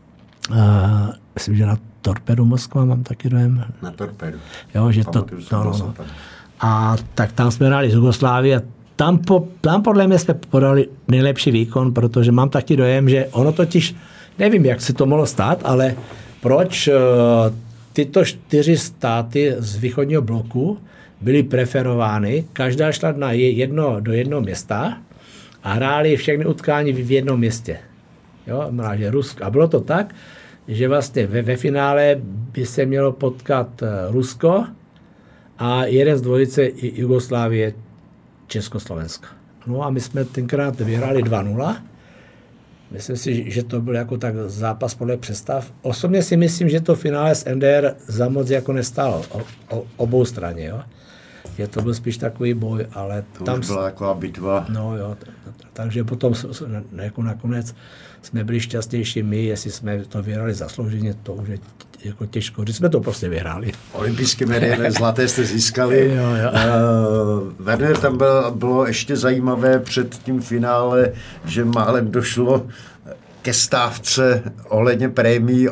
Myslím, že na Torpedu Moskva mám taky dojem. Na Torpedu. Jo, že to. No. A tak tam jsme hráli z Jugoslávie a tam podle mě jsme podali nejlepší výkon, protože mám taky dojem, že ono totiž, nevím, jak se to mohlo stát, ale proč tyto 4 státy z východního bloku byly preferovány, každá šla do jednoho města a hráli všechny utkání v jednom městě. Jo, že Rusko. A bylo to tak, že vlastně ve finále by se mělo potkat Rusko a jeden z dvojice Jugoslávie, Československa. No a my jsme tenkrát vyhráli 2-0. Myslím si, že to byl jako tak zápas podle představ. Osobně si myslím, že to finále s NDR za moc jako nestálo. Obou straně, jo. Že to byl spíš takový boj, ale to tam... už byla taková bitva. No jo, takže potom jako nakonec jsme byli šťastnější my, jestli jsme to vyhrali zaslouženě, to už je jako těžko, když jsme to prostě vyhráli. Olympijské medaile zlaté jste získali. Jo. Werner, tam bylo ještě zajímavé před tím finále, že málem došlo ke stávce ohledně prémií,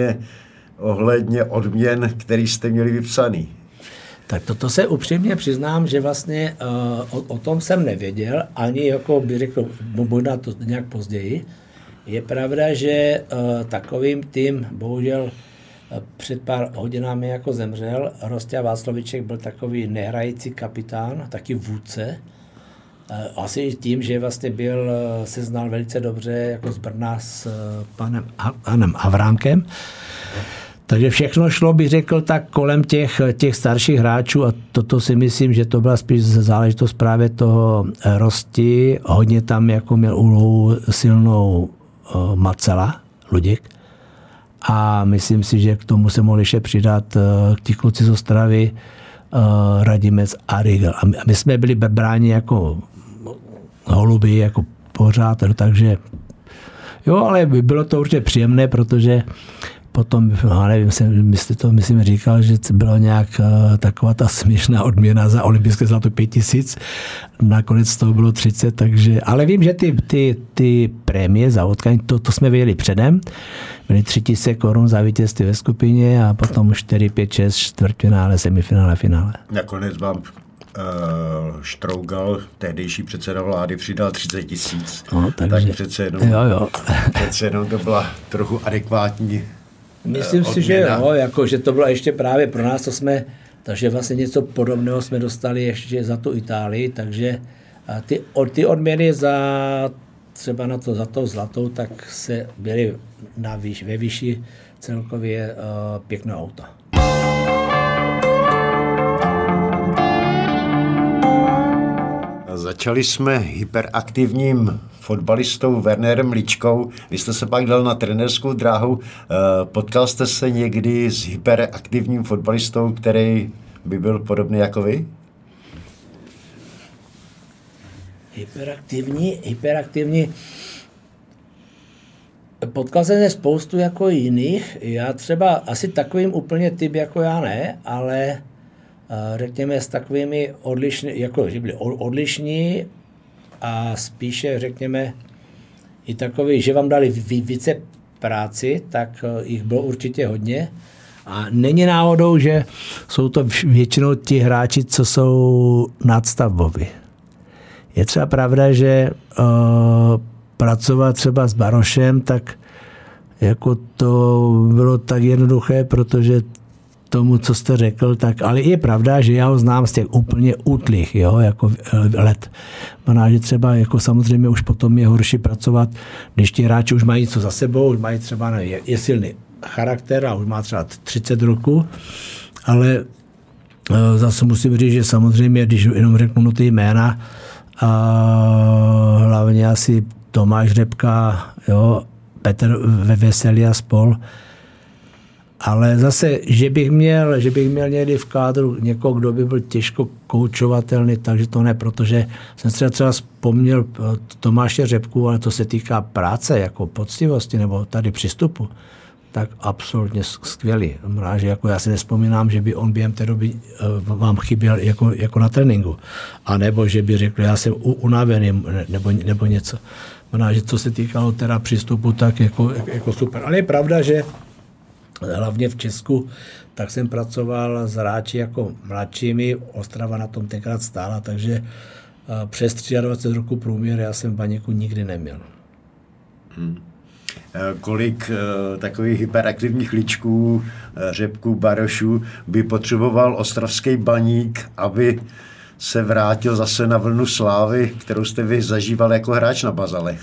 ohledně odměn, který jste měli vypsaný. Tak to se upřímně přiznám, že vlastně o tom jsem nevěděl, ani jako bych řekl, možná to nějak později. Je pravda, že takovým tým, bohužel před pár hodinami jako zemřel, Rostia Václaviček byl takový nehrající kapitán, taky vůdce. Asi tím, že vlastně se znal velice dobře jako z Brna s panem Anem Havránkem. Takže všechno šlo, bych řekl, tak kolem těch starších hráčů a toto si myslím, že to byla spíš záležitost právě toho Rosti. Hodně tam jako měl úlohu silnou Macela, Luděk. A myslím si, že k tomu se mohli ještě přidat ti kluci z Ostravy, Radimec a Rigel. A my jsme byli bráni jako holuby, jako pořád, takže jo, ale bylo to určitě příjemné, protože potom, nevím, myslím, říkal, že bylo nějak taková ta směšná odměna za olympijské zlato 5000, nakonec to bylo 30, takže, ale vím, že ty prémie za utkání, to jsme věděli předem, byly 3000 korun za vítězství ve skupině a potom 4, 5, 6, čtvrtfinále, semifinále, finále. Nakonec vám Štrougal, tehdejší předseda vlády, přidal 30 000, tak přece jenom to byla trochu adekvátní myslím si, že jo, jako, že to bylo ještě právě pro nás, takže vlastně něco podobného jsme dostali ještě za tu Itálii, takže ty odměny za to zlatou, tak se byly ve výši celkově pěkné auta. Začali jsme hyperaktivním fotbalistou Wernerem Ličkou. Vy jste se pak dal na trenérskou dráhu. Potkal jste se někdy s hyperaktivním fotbalistou, který by byl podobný jako vy? Hyperaktivní. Potkal jsem se spoustu jako jiných. Já třeba asi takovým úplně typ jako já ne, ale řekněme s takovými odlišní, jako že byli odlišní a spíše řekněme i takový, že vám dali více práci, tak jich bylo určitě hodně. A není náhodou, že jsou to většinou ti hráči, co jsou nadstavboví. Je třeba pravda, že pracovat třeba s Barošem, tak jako to bylo tak jednoduché, protože tomu, co jste řekl, tak, ale je pravda, že já ho znám z těch úplně útlých, jo, jako let. Možná, že třeba jako samozřejmě už potom je horší pracovat, když ti hráči už mají něco za sebou, už mají třeba, je silný charakter a už má třeba 30 roku, ale zase musím říct, že samozřejmě, když jenom řeknu ty jména, a hlavně asi Tomáš Řepka, jo, Petr Veselý a spol. Ale zase, že bych měl někdy v kádru někoho, kdo by byl těžko koučovatelný, takže to ne, protože jsem si třeba vzpomněl Tomáše Řepku, ale to se týká práce, jako poctivosti nebo tady přístupu, tak absolutně skvělý. Že jako já si nespomínám, že by on během té doby vám chyběl jako na tréninku. A nebo že by řekl, já jsem unavený nebo něco. Že co se týkalo teda přístupu, tak jako super. Ale je pravda, že hlavně v Česku, tak jsem pracoval s hráči jako mladšími, Ostrava na tom tenkrát stála, takže přes 23 roku průměr já jsem v Baníku nikdy neměl. Kolik takových hyperaktivních Ličků, Řepků, Barošů by potřeboval ostravský Baník, aby se vrátil zase na vlnu slávy, kterou jste vy zažíval jako hráč na Bazalech?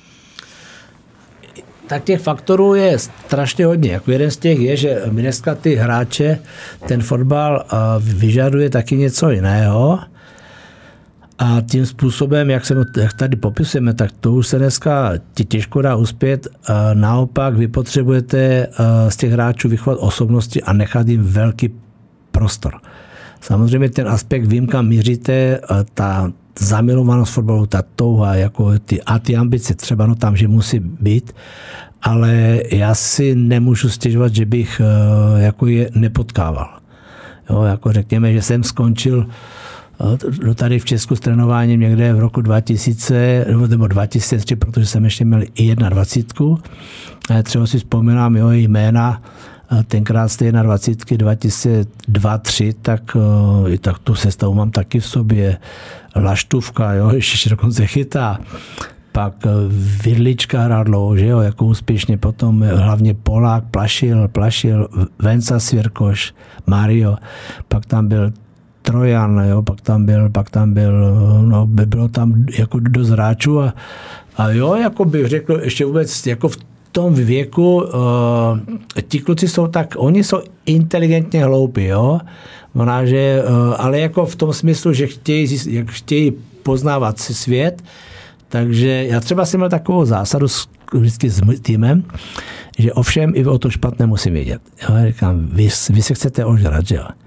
Tak těch faktorů je strašně hodně. Jako jeden z těch je, že dneska ty hráče, ten fotbal vyžaduje taky něco jiného. A tím způsobem, jak tady popisujeme, tak to už se dneska těžko dá uspět. Naopak vy potřebujete z těch hráčů vychovat osobnosti a nechat jim velký prostor. Samozřejmě ten aspekt, vím, kam míříte, ta zamilovanost fotbalu, ta touha, jako ty ambice třeba no tam, že musí být, ale já si nemůžu stěžovat, že bych jako je nepotkával. Jo, jako řekněme, že jsem skončil tady v Česku s trénováním někde v roku 2000 nebo 2003, protože jsem ještě měl i 21. Třeba si vzpomínám jména, tenkrát z té 21. 2002-2003, tak tu sestavu mám taky v sobě. Laštůvka, jo, ještě dokonce chytá. Pak Vidlička hrál dlouho, že jo, jako úspěšně. Potom hlavně Polák, Plašil, Venca Svěrkoš, Mario. Pak tam byl Trojan, jo, pak tam byl, no, bylo tam jako dost hráčů a jo, jako bych řekl, ještě vůbec jako v tom věku ti kluci jsou tak, oni jsou inteligentně hloupí, jo, že, ale jako v tom smyslu, že chtějí poznávat svět, takže já třeba jsem měl takovou zásadu vždycky s týmem, že ovšem i o to špatné musím vědět. Jo, říkám, vy se chcete ožrat, že jo.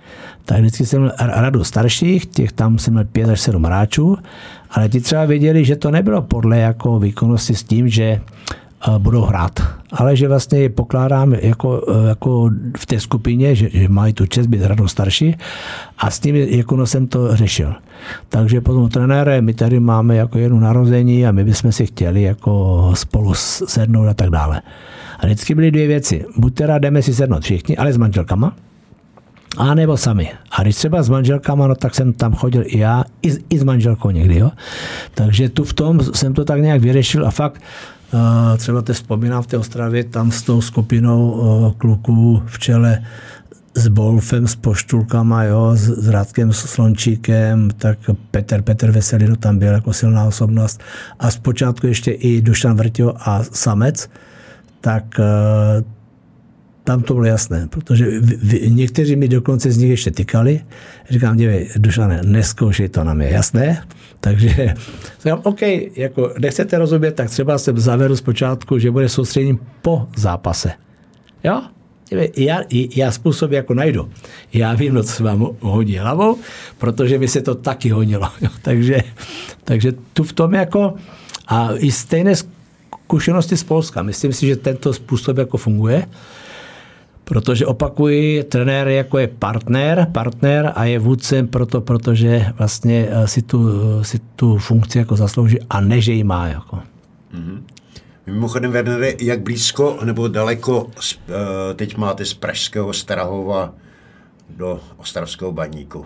tak vždycky jsem měl radu starších, těch tam jsem měl 5 až 7 hráčů, ale ti třeba věděli, že to nebylo podle jako výkonnosti s tím, že budou hrát, ale že vlastně je pokládám jako v té skupině, že mají tu čest být radou starší a s tím jako jsem to řešil. Takže potom trenére, my tady máme jako jedno narození a my bychom si chtěli jako spolu sednout a tak dále. A vždycky byly 2 věci. Buď teda jdeme si sednout všichni, ale s manželkama, a nebo sami. A když třeba s manželkama, no tak jsem tam chodil i já, i s manželkou někdy, jo. Takže tu v tom jsem to tak nějak vyřešil a fakt třeba te vzpomínám v té Ostravě, tam s tou skupinou kluků v čele s Bolfem, s Poštulkama, jo, s Radkem Slončíkem, tak Petr Veselý tam byl jako silná osobnost a zpočátku ještě i Dušan Vrťo a Samec, tak tam to bylo jasné, protože někteří mi dokonce z nich ještě tykali. Říkám, dívej, Dušane, neskoušej to, nám je jasné. Takže říkám, OK, jako nechcete rozumět, tak třeba se zavedu zpočátku, že bude soustředění po zápase. Jo? Dívej, já způsob jako najdu. Já vím, co se vám hodí hlavou, protože mi se to taky hodilo. Jo? Takže tu v tom jako a i stejné zkušenosti z Polska. Myslím si, že tento způsob jako funguje. Protože opakuji, trenér jako je partner a je vůdcem protože vlastně si tu funkci jako zaslouží a ne, že ji má. Jako. Mm-hmm. Mimochodem, Wernere, jak blízko nebo daleko teď máte z pražského Strahova do ostravského Baníku?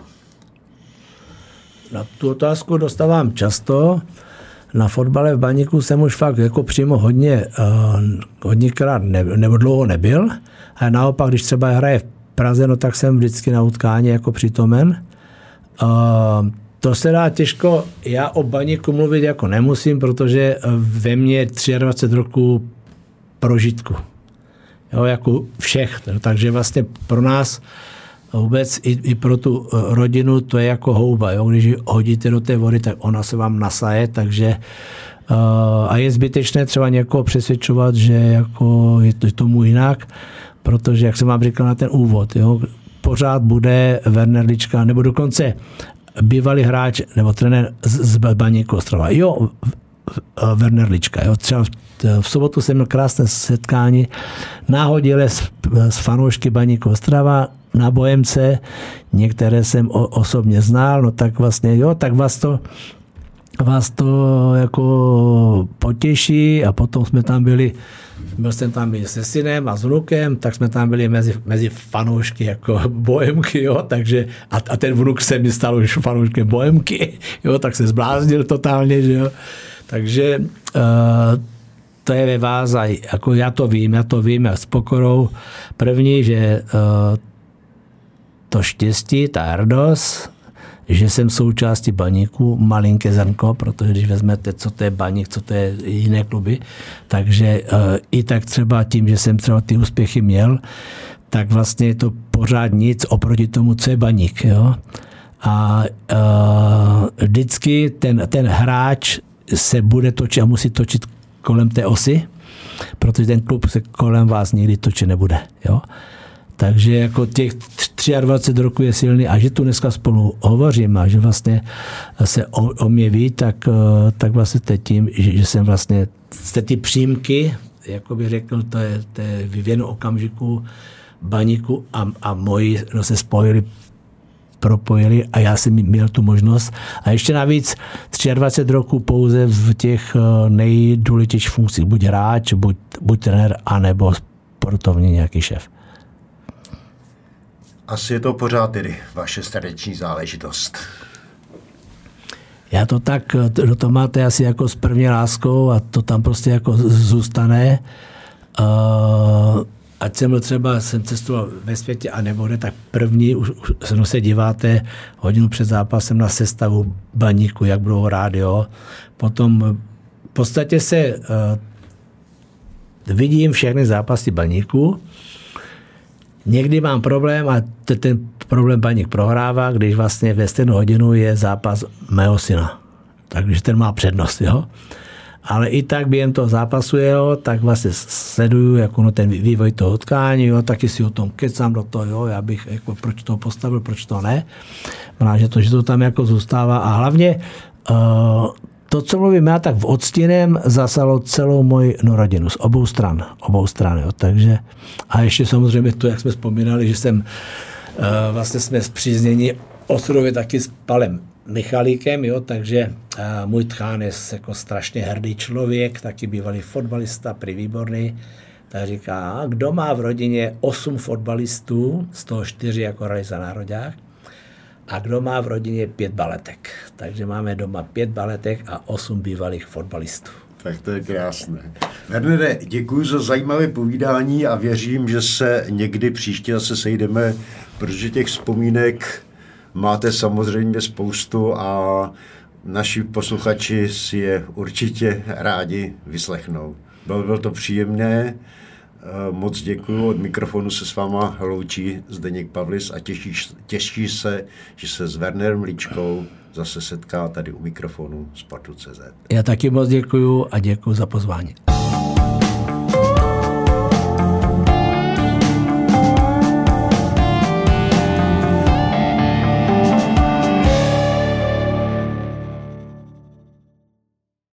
Na tu otázku dostávám často. Na fotbale v Baníku jsem už fakt jako přímo hodněkrát nebo dlouho nebyl. A naopak, když třeba hraje v Praze, no tak jsem vždycky na utkání jako přítomen. To se dá těžko, já o Baníku mluvit jako nemusím, protože ve mně 23 roků prožitku. Jo, jako všech. Takže vlastně pro nás vůbec i pro tu rodinu to je jako houba. Jo? Když ji hodíte do té vody, tak ona se vám nasaje, takže a je zbytečné třeba někoho přesvědčovat, že jako je tomu jinak, protože, jak jsem vám říkal na ten úvod, jo, pořád bude Werner Lička, nebo dokonce bývalý hráč nebo trenér z Baníku Ostrava. Jo, Werner Lička. Jo. Třeba v sobotu jsem měl krásné setkání náhodile s fanoušky Baníku Ostrava na Bohemce, některé jsem osobně znal, no tak vlastně, jo, tak vás to jako potěší a potom jsme tam byl jsem tam i se synem a s vnukem, tak jsme tam byli mezi fanoušky jako Bohemky, jo, takže a ten vnuk se mi stal už fanouškem Bohemky, jo, tak se zbláznil totálně, že jo. Takže to je ve vás a jako já to vím a s pokorou. První, že to štěstí, ta radost, že jsem součástí Baníku, malinké zrnko, protože když vezmete, co to je Baník, co to je jiné kluby, takže i tak třeba tím, že jsem třeba ty úspěchy měl, tak vlastně je to pořád nic oproti tomu, co je Baník. Jo? A vždycky ten hráč se bude točit a musí točit kolem té osy, protože ten klub se kolem vás nikdy točit nebude. Jo? Takže jako těch 23 roků je silný a že tu dneska spolu hovořím a že vlastně se o mě ví, tak vlastně tím, že jsem vlastně z ty přímky, jako bych řekl, to je v jednom okamžiku Baníku a moji se spojili, propojili a já jsem měl tu možnost. A ještě navíc 23 roků pouze v těch nejdůležitějších funkcích. Buď hráč, buď trenér, anebo sportovní nějaký šéf. Asi je to pořád tedy vaše srdeční záležitost. Já to tak, to máte asi jako s první láskou a to tam prostě jako zůstane. Ať jsem cestoval ve světě a nebo ne, tak první, už se díváte hodinu před zápasem na sestavu Baníku, jak budou hrát, jo. Potom v podstatě se vidím všechny zápasy Baníku. Někdy mám problém a ten problém Baník prohrává, když vlastně ve stejnou hodinu je zápas mého syna. Takže ten má přednost, jo. ale i tak během toho zápasu tak vlastně sleduju jako ten vývoj toho utkání, taky si o tom kecám do toho, já bych jako proč toho postavil, proč to ne. Že to tam jako zůstává a hlavně to, co mluvím já, tak v Odstěném zasalo celou moji rodinu z obou stran. Takže a ještě samozřejmě to, jak jsme vzpomínali, že jsem vlastně jsme zpřízněni osudově taky s Palem Michalíkem, takže můj tchán je jako strašně hrdý člověk, taky bývalý fotbalista, výborný. Tak říká, kdo má v rodině 8 fotbalistů, z toho 4 jako hráli za nároďák, a kdo má v rodině 5 baletek. Takže máme doma 5 baletek a 8 bývalých fotbalistů. Tak to je krásné. Wernere, děkuji za zajímavé povídání a věřím, že se někdy příště zase sejdeme, protože těch vzpomínek máte samozřejmě spoustu a naši posluchači si je určitě rádi vyslechnou. Bylo to příjemné, moc děkuji, od mikrofonu se s váma loučí Zdeněk Pavlis a těší se, že se s Wernerem Ličkou zase setká tady u mikrofonu Sportu.cz. Já taky moc děkuji a děkuji za pozvání.